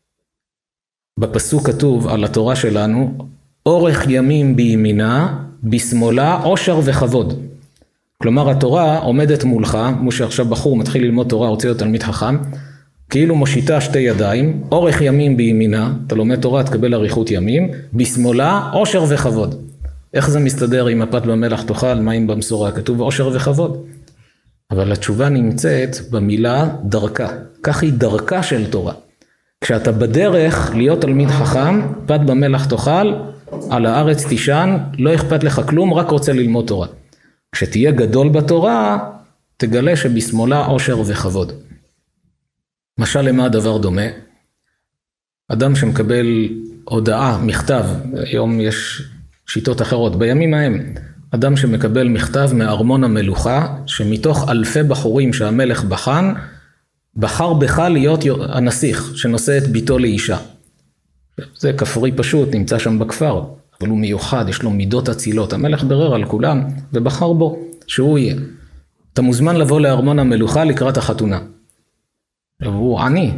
בפסוק כתוב על התורה שלנו, אורך ימים בימינה, בשמאלה, עושר וכבוד. כלומר, התורה עומדת מולך, כמו שעכשיו בחור מתחיל ללמוד תורה, רוצה להיות תלמיד חכם, כאילו מושיטה שתי ידיים, אורך ימים בימינה, אתה לומד תורה, תקבל אריכות ימים, בשמאלה, עושר וכבוד. איך זה מסתדר עם הפת במלח תאכל, מים במשורה? כתוב עושר וכבוד. אבל התשובה נמצאת במילה דרכה. כך היא דרכה של תורה. כשאתה בדרך להיות תלמיד חכם, פת במלח תאכל, על הארץ תישן, לא אכפת לך כלום, רק רוצה ללמוד תורה. כשתהיה גדול בתורה, תגלה שבשמאלה עושר וכבוד. משל למה הדבר דומה? אדם שמקבל הודעה, מכתב, היום יש שיטות אחרות, בימים ההם, אדם שמקבל מכתב מארמון המלוכה, שמתוך אלפי בחורים שהמלך בחן, בחר בך להיות הנסיך, שנושא את ביתו לאישה. זה כפרי פשוט, נמצא שם בכפר, אבל הוא מיוחד, יש לו מידות אצילות. המלך ברר על כולם, ובחר בו, שהוא יהיה. אתה מוזמן לבוא לארמון המלוכה לקראת החתונה. והוא עני.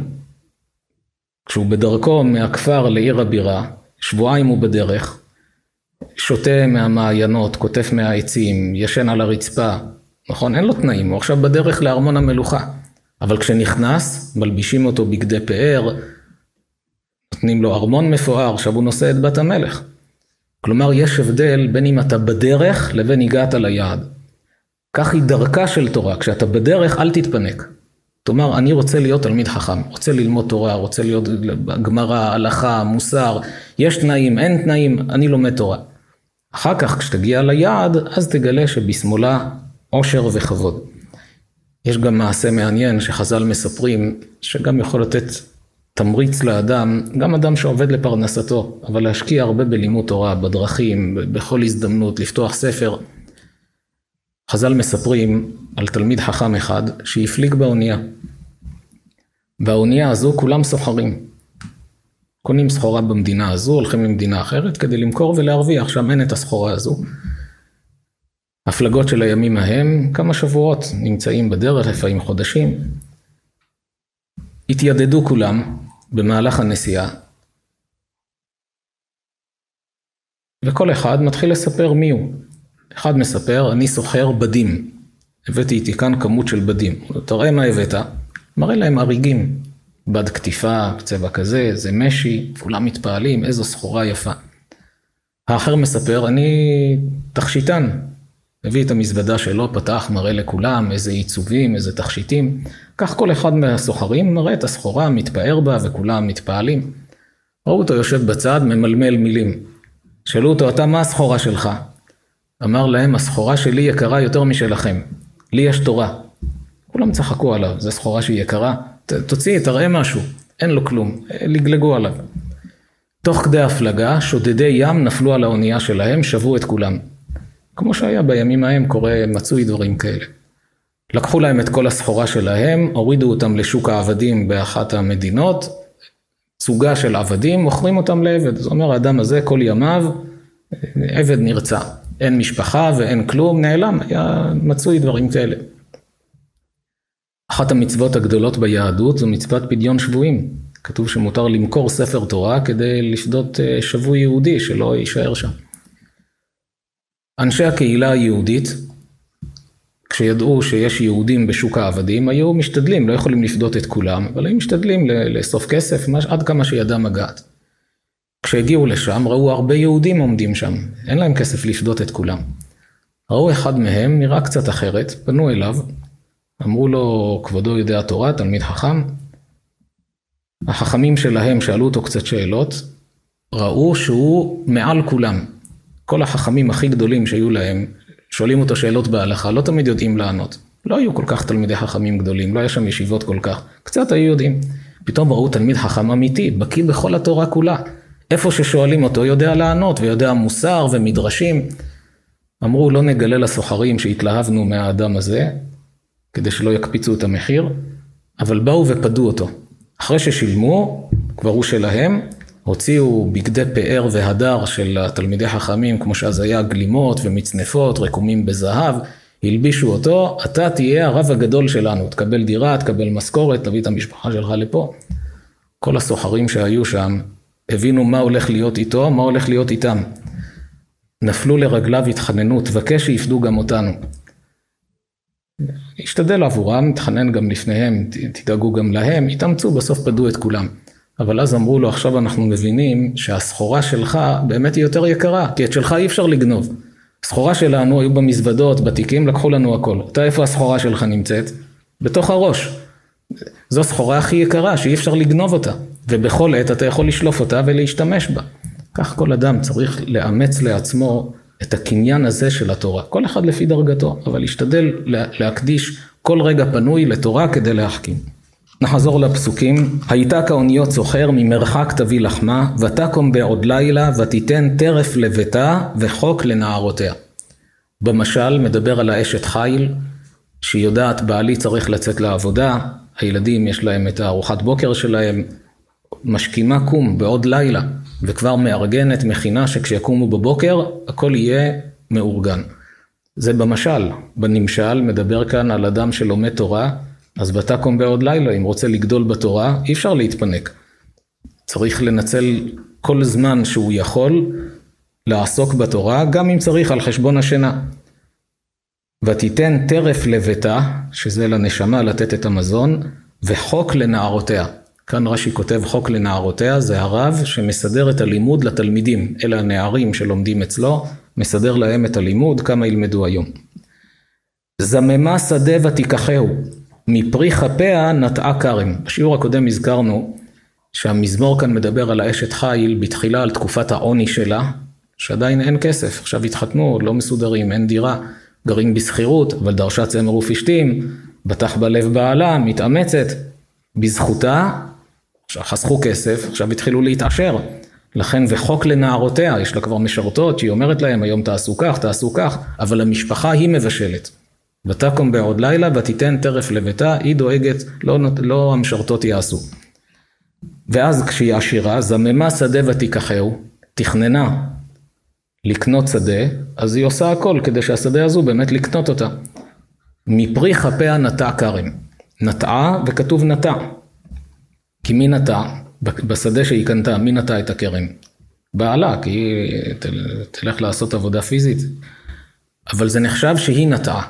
כשהוא בדרכו מהכפר לעיר הבירה, שבועיים הוא בדרך, שותה מהמעיינות, כותף מהעצים, ישן על הרצפה, נכון? אין לו תנאים, הוא עכשיו בדרך לארמון המלוכה. אבל כשנכנס, מלבישים אותו בגדי פאר, נותנים לו ארמון מפואר, עכשיו הוא נושא את בת המלך. כלומר, יש הבדל בין אם אתה בדרך לבין הגעת ליעד. כך היא דרכה של תורה, כשאתה בדרך אל תתפנק. תאמר, אני רוצה להיות תלמיד חכם, רוצה ללמוד תורה, רוצה להיות גמרא, הלכה, מוסר, יש תנאים, אין תנאים, אני לומד תורה. אחר כך, כשתגיע ליעד, אז תגלה שבשמאלה עושר וכבוד. יש גם מעשה מעניין שחז"ל מספרים, שגם יכול לתת תמריץ לאדם, גם אדם שעובד לפרנסתו, אבל להשקיע הרבה בלימוד תורה, בדרכים, בכל הזדמנות, לפתוח ספר. חז"ל מספרים על תלמיד חכם אחד שהפליג באונייה. והאונייה הזו כולם סוחרים. קונים סחורה במדינה הזו, הולכים למדינה אחרת כדי למכור ולהרוויח, שם אין את הסחורה הזו. הפלגות של הימים ההם, כמה שבועות נמצאים בדרך, לפעמים חודשים. התיידדו כולם במהלך הנסיעה. וכל אחד מתחיל לספר מי הוא. אחד מספר, אני סוחר בדים. הבאתי איתי כאן כמות של בדים. תראה מה הבאת. מראה להם אריגים. בד כתיפה, צבע כזה, זה משי, כולם מתפעלים, איזו סחורה יפה. האחר מספר, אני תכשיטן. הביא את המזוודה שלו, פתח, מראה לכולם, איזה עיצובים, איזה תכשיטים. כך כל אחד מהסוחרים מראה את הסחורה, מתפאר בה, וכולם מתפעלים. ראו אותו יושב בצד, ממלמל מילים. שאלו אותו, אתה מה הסחורה שלך? אמר להם, הסחורה שלי יקרה יותר משלכם. לי יש תורה. כולם צחקו עליו, זו סחורה שהיא יקרה. תוציא, תראה משהו. אין לו כלום. לגלגו עליו. תוך כדי הפלגה, שודדי ים נפלו על האונייה שלהם, שבו את כולם. כמו שהיה בימים ההם, קורה מצוי דברים כאלה. לקחו להם את כל הסחורה שלהם, הורידו אותם לשוק העבדים באחת המדינות, סוגה של עבדים, מוכרים אותם לעבד. זאת אומרת, האדם הזה כל ימיו, עבד נרצע. אין משפחה ואין כלום, נעלם, היה מצוי דברים כאלה. אחת המצוות הגדולות ביהדות זו מצוות פדיון שבויים. כתוב שמותר למכור ספר תורה כדי לפדות שבוי יהודי שלא יישאר שם. אנשי הקהילה היהודית, כשידעו שיש יהודים בשוק העבדים, היו משתדלים, לא יכולים לפדות את כולם, אבל היו משתדלים לאסוף כסף עד כמה שידם מגעת. כשהגיעו לשם, ראו הרבה יהודים עומדים שם, אין להם כסף לפדות את כולם. ראו אחד מהם, נראה קצת אחרת, פנו אליו, אמרו לו, כבודו יודע תורה, תלמיד חכם. החכמים שלהם שאלו אותו קצת שאלות, ראו שהוא מעל כולם. כל החכמים הכי גדולים שהיו להם, שואלים אותו שאלות בהלכה, לא תמיד יודעים לענות. לא היו כל כך תלמידי חכמים גדולים, לא היה שם ישיבות כל כך, קצת היו יודעים. פתאום ראו תלמיד חכם אמיתי, בקיא בכל התורה כולה. איפה ששואלים אותו יודע לענות, ויודע מוסר ומדרשים. אמרו, לא נגלה לסוחרים שהתלהבנו מהאדם הזה, כדי שלא יקפיצו את המחיר, אבל באו ופדו אותו. אחרי ששילמו, כבר הוא שלהם, הוציאו בגדי פאר והדר של התלמידי חכמים, כמו שאז היה גלימות ומצנפות, רקומים בזהב, הלבישו אותו, אתה תהיה הרב הגדול שלנו, תקבל דירה, תקבל משכורת, תביא את המשפחה שלך לפה. כל הסוחרים שהיו שם, הבינו מה הולך להיות איתו, מה הולך להיות איתם. נפלו לרגליו התחננו, תבקש שיפדו גם אותנו. השתדל עבורם, תחנן גם לפניהם, תדאגו גם להם, התאמצו, בסוף פדו את כולם. אבל אז אמרו לו, עכשיו אנחנו מבינים שהסחורה שלך באמת היא יותר יקרה, כי את שלך אי אפשר לגנוב. הסחורה שלנו היו במזוודות, בתיקים, לקחו לנו הכל. אתה איפה הסחורה שלך נמצאת? בתוך הראש. זו סחורה הכי יקרה, שאי אפשר לגנוב אותה. ובכל עת אתה יכול לשלוף אותה ולהשתמש בה. כך כל אדם צריך לאמץ לעצמו את הקניין הזה של התורה. כל אחד לפי דרגתו, אבל להשתדל להקדיש כל רגע פנוי לתורה כדי להחכים. נחזור לפסוקים. הייתה כאוניות סוחר ממרחק תביא לחמה, ותקום בעוד לילה, ותיתן טרף לביתה וחוק לנערותיה. במשל מדבר על האשת חיל, שהיא יודעת בעלי צריך לצאת לעבודה, הילדים יש להם את הארוחת בוקר שלהם, משכימה קום בעוד לילה, וכבר מארגנת מכינה שכשיקומו בבוקר, הכל יהיה מאורגן. זה במשל. בנמשל מדבר כאן על אדם שלומד תורה, אז ותקום בעוד לילה, אם רוצה לגדול בתורה, אי אפשר להתפנק. צריך לנצל כל זמן שהוא יכול לעסוק בתורה, גם אם צריך על חשבון השינה. ותיתן טרף לביתה, שזה לנשמה לתת את המזון, וחוק לנערותיה. כאן רש"י כותב חוק לנערותיה, זה הרב שמסדר את הלימוד לתלמידים, אלה הנערים שלומדים אצלו, מסדר להם את הלימוד, כמה ילמדו היום. זממה שדה ותיקחהו, מפרי חפיה נטעה כרם. בשיעור הקודם הזכרנו שהמזמור כאן מדבר על האשת חיל, בתחילה על תקופת העוני שלה, שעדיין אין כסף, עכשיו התחתנו, לא מסודרים, אין דירה, גרים בסחירות, אבל דרשה צמר ופשתים, בטח בלב בעלה, מתאמצת, בזכותה, עכשיו חסכו כסף, עכשיו התחילו להתעשר, לכן וחוק לנערותיה, יש לה כבר משרתות, שהיא אומרת להם, היום תעשו כך, תעשו כך, אבל המשפחה היא מבשלת. ותקום בעוד לילה, ותיתן טרף לביתה, היא דואגת, לא, לא המשרתות יעשו. ואז כשהיא עשירה, זממה שדה ותיקחהו, תכננה לקנות שדה, אז היא עושה הכל כדי שהשדה הזו באמת לקנות אותה. מפרי כפיה נטע כרם. נטעה וכתוב נטע. כי מי נטע? בשדה שהיא קנתה, מי נטע את הכרם? בעלה, כי היא תלך לעשות עבודה פיזית. אבל זה נחשב שהיא נטעה.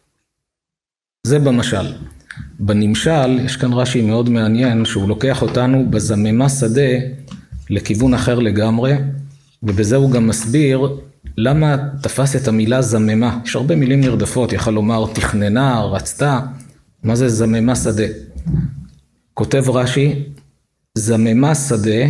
זה במשל. בנמשל, יש כאן רש"י מאוד מעניין, שהוא לוקח אותנו בזממה שדה לכיוון אחר לגמרי, ובזה הוא גם מסביר למה תפס את המילה זממה. יש הרבה מילים נרדפות, יכל לומר תכננה, רצתה, מה זה זממה שדה? כותב רש"י, זממה שדה,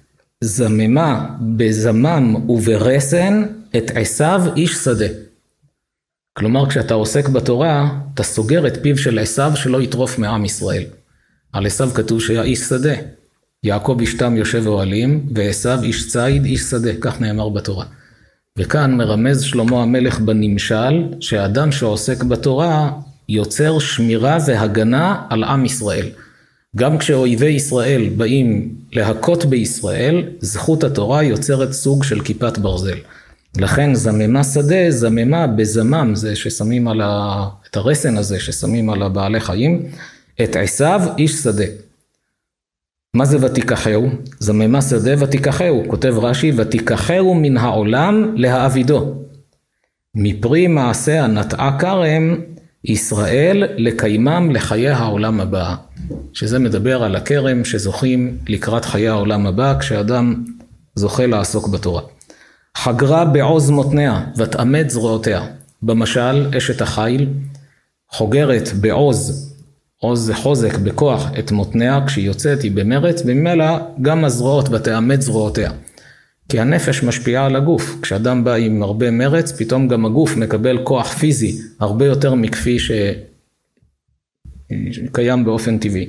זממה בזמם וברסן את עשיו איש שדה. כלומר, כשאתה עוסק בתורה, אתה סוגר את פיו של עשיו שלא יטרוף מעם ישראל. על עשיו כתוב שהיה איש שדה. יעקב אשתם יושב אוהלים, ועשיו איש ציד, איש שדה, כך נאמר בתורה. וכאן מרמז שלמה המלך בנמשל, שהאדם שעוסק בתורה יוצר שמירה והגנה על עם ישראל. גם כשאויבי ישראל באים להכות בישראל, זכות התורה יוצרת סוג של כיפת ברזל. לכן זממה שדה, זממה בזמם, זה ששמים על ה... את הרסן הזה ששמים על הבעלי חיים, את עשיו איש שדה. מה זה ותיקחהו? זממה שדה ותיקחהו, כותב רש"י, ותיקחהו מן העולם להעבידו. מפרי מעשה הנטעה כרם, ישראל לקיימם לחיי העולם הבא. שזה מדבר על הכרם שזוכים לקראת חיי העולם הבא, כשאדם זוכה לעסוק בתורה. חגרה בעוז מותניה ותאמד זרועותיה. במשל, אשת החיל חוגרת בעוז, עוז זה חוזק בכוח את מותניה, כשהיא יוצאת היא במרץ, וממילא גם הזרועות ותאמד זרועותיה. כי הנפש משפיעה על הגוף. כשאדם בא עם הרבה מרץ, פתאום גם הגוף מקבל כוח פיזי, הרבה יותר מכפי שקיים באופן טבעי.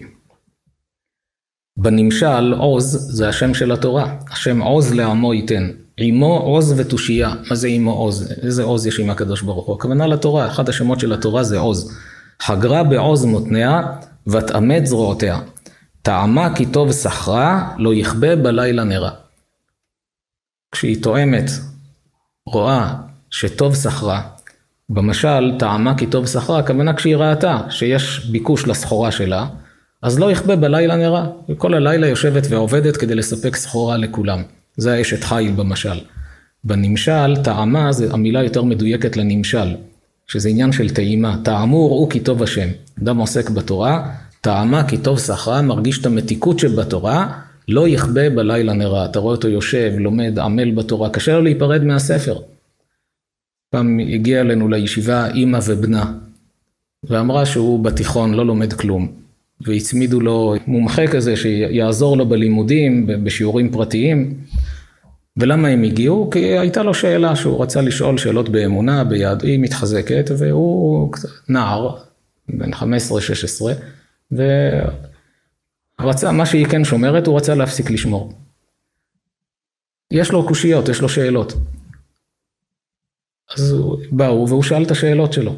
בנמשל, עוז זה השם של התורה. השם עוז לעמו ייתן. עמו עוז ותושייה. מה זה עמו עוז? איזה עוז יש עם הקדוש ברוך הוא? הכוונה לתורה. אחד השמות של התורה זה עוז. חגרה בעוז מותניה ותאמד זרועותיה. טעמה כי טוב שכרה, לא יכבה בלילה נרה. כשהיא תואמת, רואה שטוב שכרה, במשל טעמה כי טוב שכרה, הכוונה כשהיא ראתה שיש ביקוש לסחורה שלה, אז לא יכבה בלילה נרה. וכל הלילה יושבת ועובדת כדי לספק סחורה לכולם. זה האשת חיל במשל. בנמשל, טעמה זה המילה יותר מדויקת לנמשל, שזה עניין של טעימה. טעמו ראו כי טוב השם. אדם עוסק בתורה, טעמה כי טוב שכרה, מרגיש את המתיקות שבתורה, לא יכבה בלילה נרה. אתה רואה אותו יושב, לומד, עמל בתורה, קשה לו להיפרד מהספר. פעם הגיע אלינו לישיבה אמא ובנה, ואמרה שהוא בתיכון לא לומד כלום. והצמידו לו מומחה כזה שיעזור לו בלימודים, בשיעורים פרטיים. ולמה הם הגיעו? כי הייתה לו שאלה שהוא רצה לשאול שאלות באמונה, ביד, היא מתחזקת, והוא נער, בן חמש עשרה שש עשרה, ורצה, מה שהיא כן שומרת, הוא רצה להפסיק לשמור. יש לו קושיות, יש לו שאלות. אז באו והוא שאל את השאלות שלו.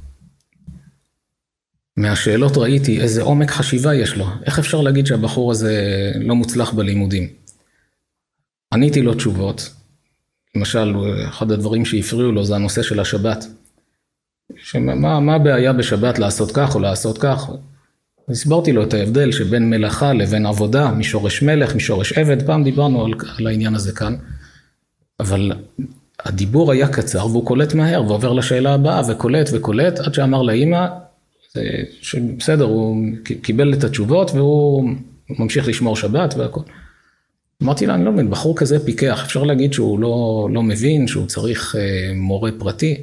מהשאלות ראיתי איזה עומק חשיבה יש לו. איך אפשר להגיד שהבחור הזה לא מוצלח בלימודים? עניתי לו תשובות. למשל, אחד הדברים שהפריעו לו זה הנושא של השבת. שמה, מה הבעיה בשבת לעשות כך או לעשות כך? הסברתי לו את ההבדל שבין מלאכה לבין עבודה, משורש מלך, משורש עבד. פעם דיברנו על, על העניין הזה כאן. אבל הדיבור היה קצר והוא קולט מהר ועובר לשאלה הבאה וקולט וקולט עד שאמר לאמא, שבסדר, הוא קיבל את התשובות והוא ממשיך לשמור שבת והכל. אמרתי לה, אני לא מבין, בחור כזה פיקח, אפשר להגיד שהוא לא, לא מבין, שהוא צריך אה, מורה פרטי.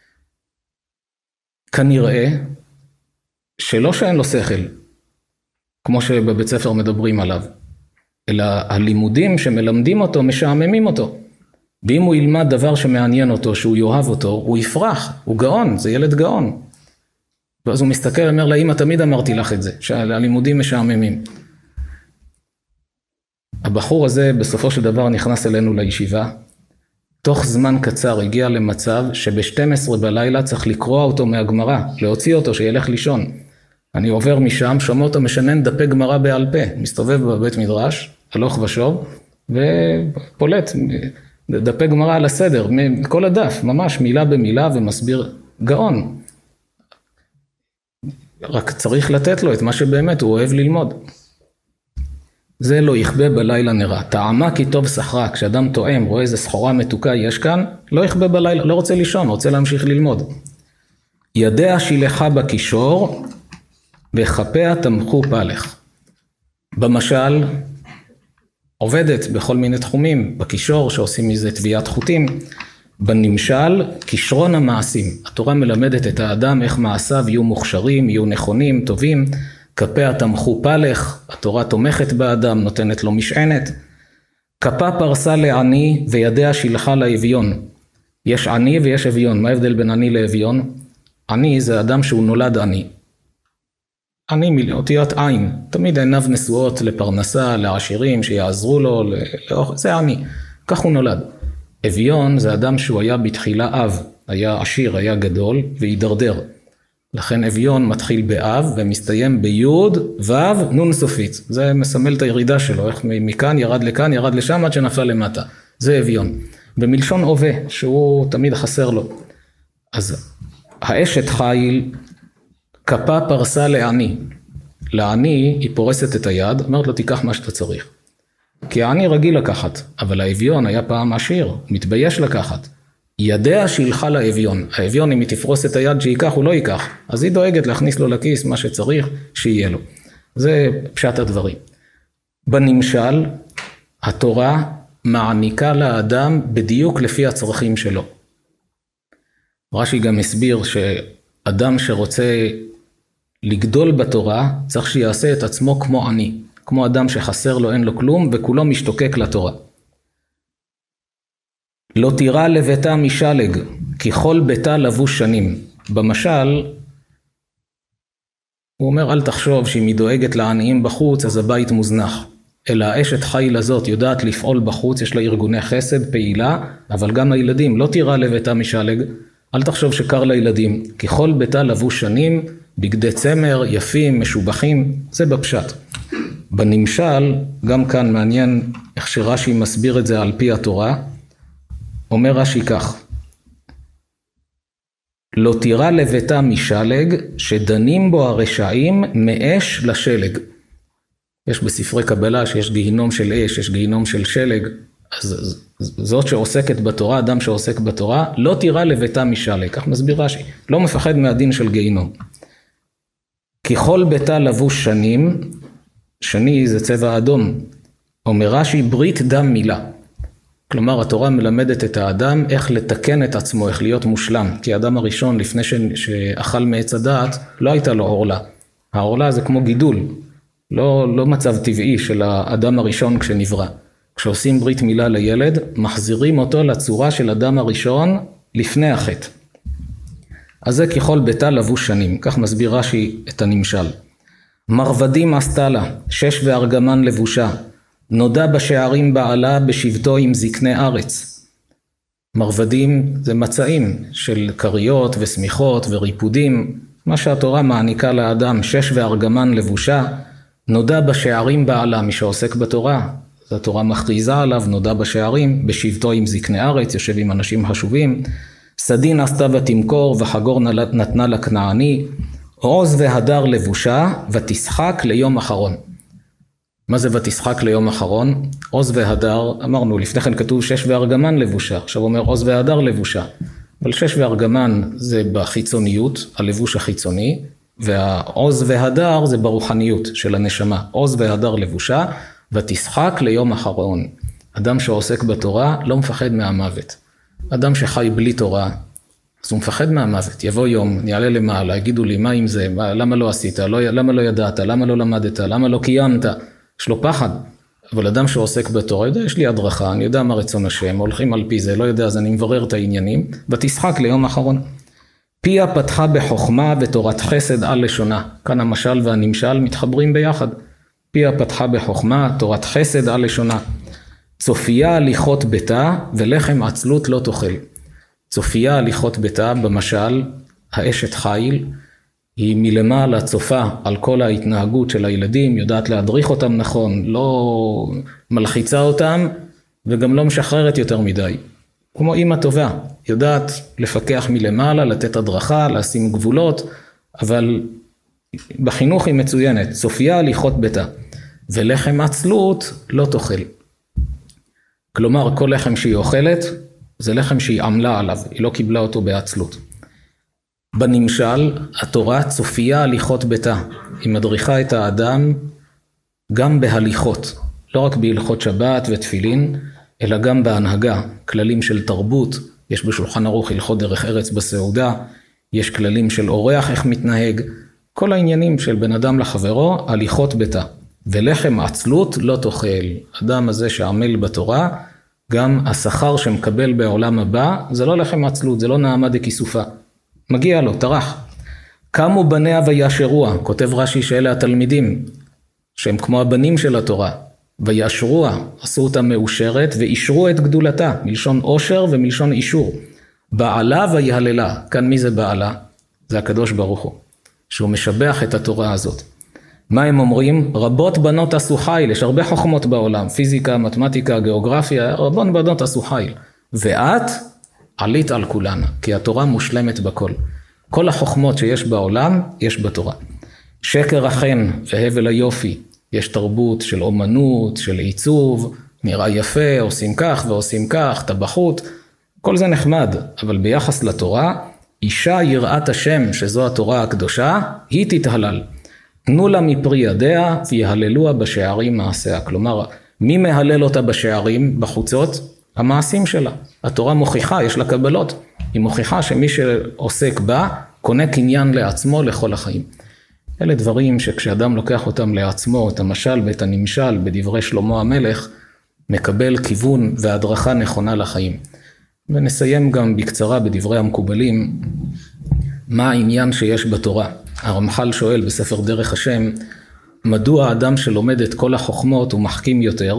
כנראה שלא שאין לו שכל, כמו שבבית ספר מדברים עליו, אלא הלימודים שמלמדים אותו משעממים אותו. ואם הוא ילמד דבר שמעניין אותו, שהוא יאהב אותו, הוא יפרח, הוא גאון, זה ילד גאון. ואז הוא מסתכל, אומר לה, אמא, תמיד אמרתי לך את זה, שהלימודים משעממים. הבחור הזה בסופו של דבר נכנס אלינו לישיבה, תוך זמן קצר הגיע למצב שב-שתים עשרה בלילה צריך לקרוא אותו מהגמרא, להוציא אותו שילך לישון. אני עובר משם, שומע אותו משנן דפי גמרא בעל פה, מסתובב בבית מדרש, הלוך ושוב, ופולט דפי גמרא על הסדר, כל הדף, ממש מילה במילה ומסביר גאון. רק צריך לתת לו את מה שבאמת הוא אוהב ללמוד. זה לא יכבה בלילה נראה. טעמה כי טוב סחרה, כשאדם טועם, רואה איזה סחורה מתוקה יש כאן, לא יכבה בלילה, לא רוצה לישון, רוצה להמשיך ללמוד. ידיה שילחה בקישור, וחפיה תמכו פלך. במשל, עובדת בכל מיני תחומים, בקישור שעושים מזה תביעת חוטים, בנמשל, כישרון המעשים. התורה מלמדת את האדם איך מעשיו יהיו מוכשרים, יהיו נכונים, טובים, כפיה תמכו פלך, התורה תומכת באדם, נותנת לו משענת. כפה פרסה לעני וידיה שילחה לאביון. יש עני ויש אביון, מה ההבדל בין עני לאביון? עני זה אדם שהוא נולד עני. עני מאותיות עין, תמיד עיניו נשואות לפרנסה, לעשירים שיעזרו לו, לאוכל, זה עני, כך הוא נולד. אביון זה אדם שהוא היה בתחילה אב, היה עשיר, היה גדול והידרדר. לכן אביון מתחיל באב ומסתיים ביוד וו נון סופית. זה מסמל את הירידה שלו, איך מכאן ירד לכאן, ירד לשם עד שנפל למטה. זה אביון. במלשון הווה, שהוא תמיד חסר לו. אז האשת חיל כפה פרסה לעני. לעני היא פורסת את היד, אומרת לו תיקח מה שאתה צריך. כי העני רגיל לקחת, אבל האביון היה פעם עשיר, מתבייש לקחת. ידיה שילחה לאביון. האביון אם היא תפרוס את היד שיקח הוא לא ייקח, אז היא דואגת להכניס לו לכיס מה שצריך שיהיה לו. זה פשט הדברים. בנמשל, התורה מעניקה לאדם בדיוק לפי הצרכים שלו. רש"י גם הסביר שאדם שרוצה לגדול בתורה צריך שיעשה את עצמו כמו עני, כמו אדם שחסר לו אין לו כלום וכולו משתוקק לתורה. לא תירא לביתה משלג, כי כל ביתה לבוש שנים. במשל, הוא אומר אל תחשוב שאם היא דואגת לעניים בחוץ אז הבית מוזנח. אלא האשת חיל הזאת יודעת לפעול בחוץ, יש לה ארגוני חסד, פעילה, אבל גם הילדים, לא תירא לביתה משלג, אל תחשוב שקר לילדים, כי כל ביתה לבוש שנים, בגדי צמר, יפים, משובחים, זה בפשט. בנמשל, גם כאן מעניין איך שרש"י מסביר את זה על פי התורה, אומר רש"י כך, לא תירא לביתה משלג, שדנים בו הרשעים מאש לשלג. יש בספרי קבלה שיש גיהינום של אש, יש גיהינום של שלג, אז זאת שעוסקת בתורה, אדם שעוסק בתורה, לא תירא לביתה משלג, כך מסביר רש"י, לא מפחד מהדין של גיהינום. כי כל ביתה לבוש שנים, שני זה צבע אדום, אומר רש"י ברית דם מילה. כלומר, התורה מלמדת את האדם איך לתקן את עצמו, איך להיות מושלם. כי האדם הראשון, לפני ש... שאכל מעץ הדעת, לא הייתה לו עורלה. העורלה זה כמו גידול, לא, לא מצב טבעי של האדם הראשון כשנברא. כשעושים ברית מילה לילד, מחזירים אותו לצורה של אדם הראשון לפני החטא. אז זה ככל ביתה לבוש שנים, כך מסביר רש"י את הנמשל. מרבדים עשתה לה, שש וארגמן לבושה, נודע בשערים בעלה בשבטו עם זקני ארץ. מרבדים זה מצעים של קריות וסמיכות וריפודים, מה שהתורה מעניקה לאדם, שש וארגמן לבושה, נודע בשערים בעלה, מי שעוסק בתורה, אז התורה מכריזה עליו, נודע בשערים, בשבטו עם זקני ארץ, יושב עם אנשים חשובים, סדין עשתה ותמכור וחגור נתנה לכנעני, עוז והדר לבושה ותשחק ליום אחרון. מה זה ותשחק ליום אחרון? עוז והדר, אמרנו, לפני כן כתוב שש וארגמן לבושה, עכשיו אומר עוז והדר לבושה. אבל שש וארגמן זה בחיצוניות, הלבוש החיצוני, והעוז והדר זה ברוחניות של הנשמה. עוז והדר לבושה, ותשחק ליום אחרון. אדם שעוסק בתורה לא מפחד מהמוות. אדם שחי בלי תורה, אז הוא מפחד מהמוות. יבוא יום, נעלה למעלה, יגידו לי, מה עם זה? מה, למה לא עשית? לא, למה לא ידעת? למה לא למדת? למה לא קיימת? יש לו פחד. אבל אדם שעוסק בתורה, יודע, יש לי הדרכה, אני יודע מה רצון השם, הולכים על פי זה, לא יודע, אז אני מברר את העניינים, ותשחק ליום אחרון. פיה פתחה בחוכמה ותורת חסד על לשונה. כאן המשל והנמשל מתחברים ביחד. פיה פתחה בחוכמה, תורת חסד על לשונה. צופיה הליכות ביתה ולחם עצלות לא תאכל. צופיה הליכות ביתה, במשל, האשת חיל, היא מלמעלה צופה על כל ההתנהגות של הילדים, יודעת להדריך אותם נכון, לא מלחיצה אותם וגם לא משחררת יותר מדי. כמו אמא טובה, יודעת לפקח מלמעלה, לתת הדרכה, לשים גבולות, אבל בחינוך היא מצוינת, צופיה הליכות ביתה, ולחם עצלות לא תאכל. כלומר, כל לחם שהיא אוכלת, זה לחם שהיא עמלה עליו, היא לא קיבלה אותו בעצלות. בנמשל, התורה צופיה הליכות ביתה, היא מדריכה את האדם גם בהליכות, לא רק בהלכות שבת ותפילין, אלא גם בהנהגה, כללים של תרבות, יש בשולחן ערוך הלכות דרך ארץ בסעודה, יש כללים של אורח איך מתנהג, כל העניינים של בן אדם לחברו, הליכות ביתה. ולחם עצלות לא תאכל. אדם הזה שעמל בתורה, גם השכר שמקבל בעולם הבא, זה לא לחם עצלות, זה לא נעמה דכיסופה. מגיע לו, טרח. קמו בניה וישרוה, כותב רש"י שאלה התלמידים, שהם כמו הבנים של התורה. וישרוה, עשו אותה מאושרת, ואישרו את גדולתה, מלשון עושר ומלשון אישור. בעלה ויהללה, כאן מי זה בעלה? זה הקדוש ברוך הוא, שהוא משבח את התורה הזאת. מה הם אומרים? רבות בנות עשו חיל, יש הרבה חוכמות בעולם, פיזיקה, מתמטיקה, גיאוגרפיה, רבות בנות עשו חיל. ואת עלית על כולנה, כי התורה מושלמת בכל. כל החוכמות שיש בעולם, יש בתורה. שקר החן והבל היופי, יש תרבות של אומנות, של עיצוב, נראה יפה, עושים כך ועושים כך, טבחות, כל זה נחמד, אבל ביחס לתורה, אישה יראת השם, שזו התורה הקדושה, היא תתהלל. תנו לה מפרי ידיה ויהללוה בשערים מעשיה. כלומר, מי מהלל אותה בשערים, בחוצות? המעשים שלה. התורה מוכיחה, יש לה קבלות. היא מוכיחה שמי שעוסק בה, קונה קניין לעצמו לכל החיים. אלה דברים שכשאדם לוקח אותם לעצמו, את המשל ואת הנמשל בדברי שלמה המלך, מקבל כיוון והדרכה נכונה לחיים. ונסיים גם בקצרה בדברי המקובלים, מה העניין שיש בתורה. הרמח"ל שואל בספר דרך השם, מדוע האדם שלומד את כל החוכמות הוא מחכים יותר,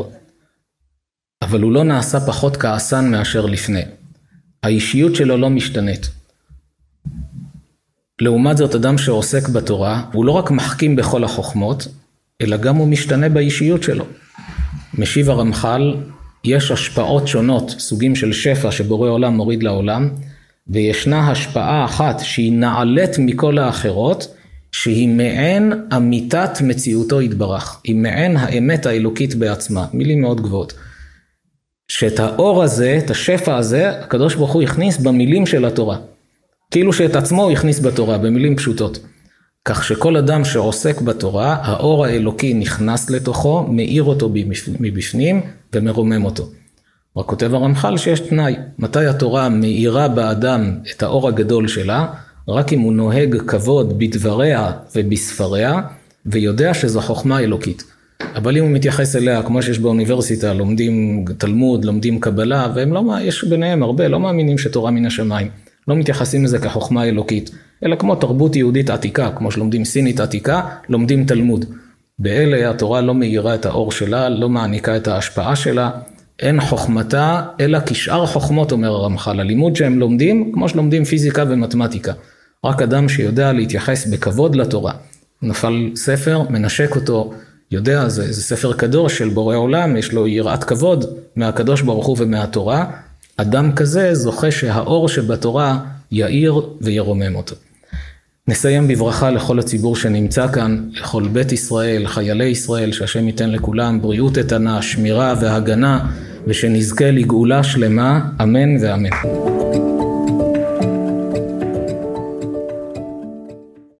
אבל הוא לא נעשה פחות כעסן מאשר לפני. האישיות שלו לא משתנית. לעומת זאת, אדם שעוסק בתורה, הוא לא רק מחכים בכל החוכמות, אלא גם הוא משתנה באישיות שלו. משיב הרמח"ל, יש השפעות שונות, סוגים של שפע שבורא עולם מוריד לעולם, וישנה השפעה אחת שהיא נעלית מכל האחרות, שהיא מעין אמיתת מציאותו יתברך, היא מעין האמת האלוקית בעצמה, מילים מאוד גבוהות. שאת האור הזה, את השפע הזה, הקדוש ברוך הוא הכניס במילים של התורה. כאילו שאת עצמו הוא הכניס בתורה, במילים פשוטות. כך שכל אדם שעוסק בתורה, האור האלוקי נכנס לתוכו, מאיר אותו מבפנים ומרומם אותו. רק כותב הרמח"ל שיש תנאי, מתי התורה מאירה באדם את האור הגדול שלה, רק אם הוא נוהג כבוד בדבריה ובספריה, ויודע שזו חוכמה אלוקית. אבל אם הוא מתייחס אליה, כמו שיש באוניברסיטה, לומדים תלמוד, לומדים קבלה, והם לא, יש ביניהם הרבה, לא מאמינים שתורה מן השמיים. לא מתייחסים לזה כחוכמה אלוקית, אלא כמו תרבות יהודית עתיקה, כמו שלומדים סינית עתיקה, לומדים תלמוד. באלה התורה לא מאירה את האור שלה, לא מעניקה את ההשפעה שלה, אין חוכמתה, אלא כשאר חוכמות, אומר הרמח"ל, הלימוד שהם לומדים, כמו שלומדים פיזיקה ומתמטיקה. רק אדם שיודע להתייחס בכבוד לתורה. נפל ספר, מנשק אותו, יודע, זה, זה ספר קדוש של בורא עולם, יש לו יראת כבוד מהקדוש ברוך הוא ומהתורה. אדם כזה זוכה שהאור שבתורה יאיר וירומם אותו. נסיים בברכה לכל הציבור שנמצא כאן, לכל בית ישראל, חיילי ישראל, שהשם ייתן לכולם בריאות איתנה, שמירה והגנה, ושנזכה לגאולה שלמה, אמן ואמן.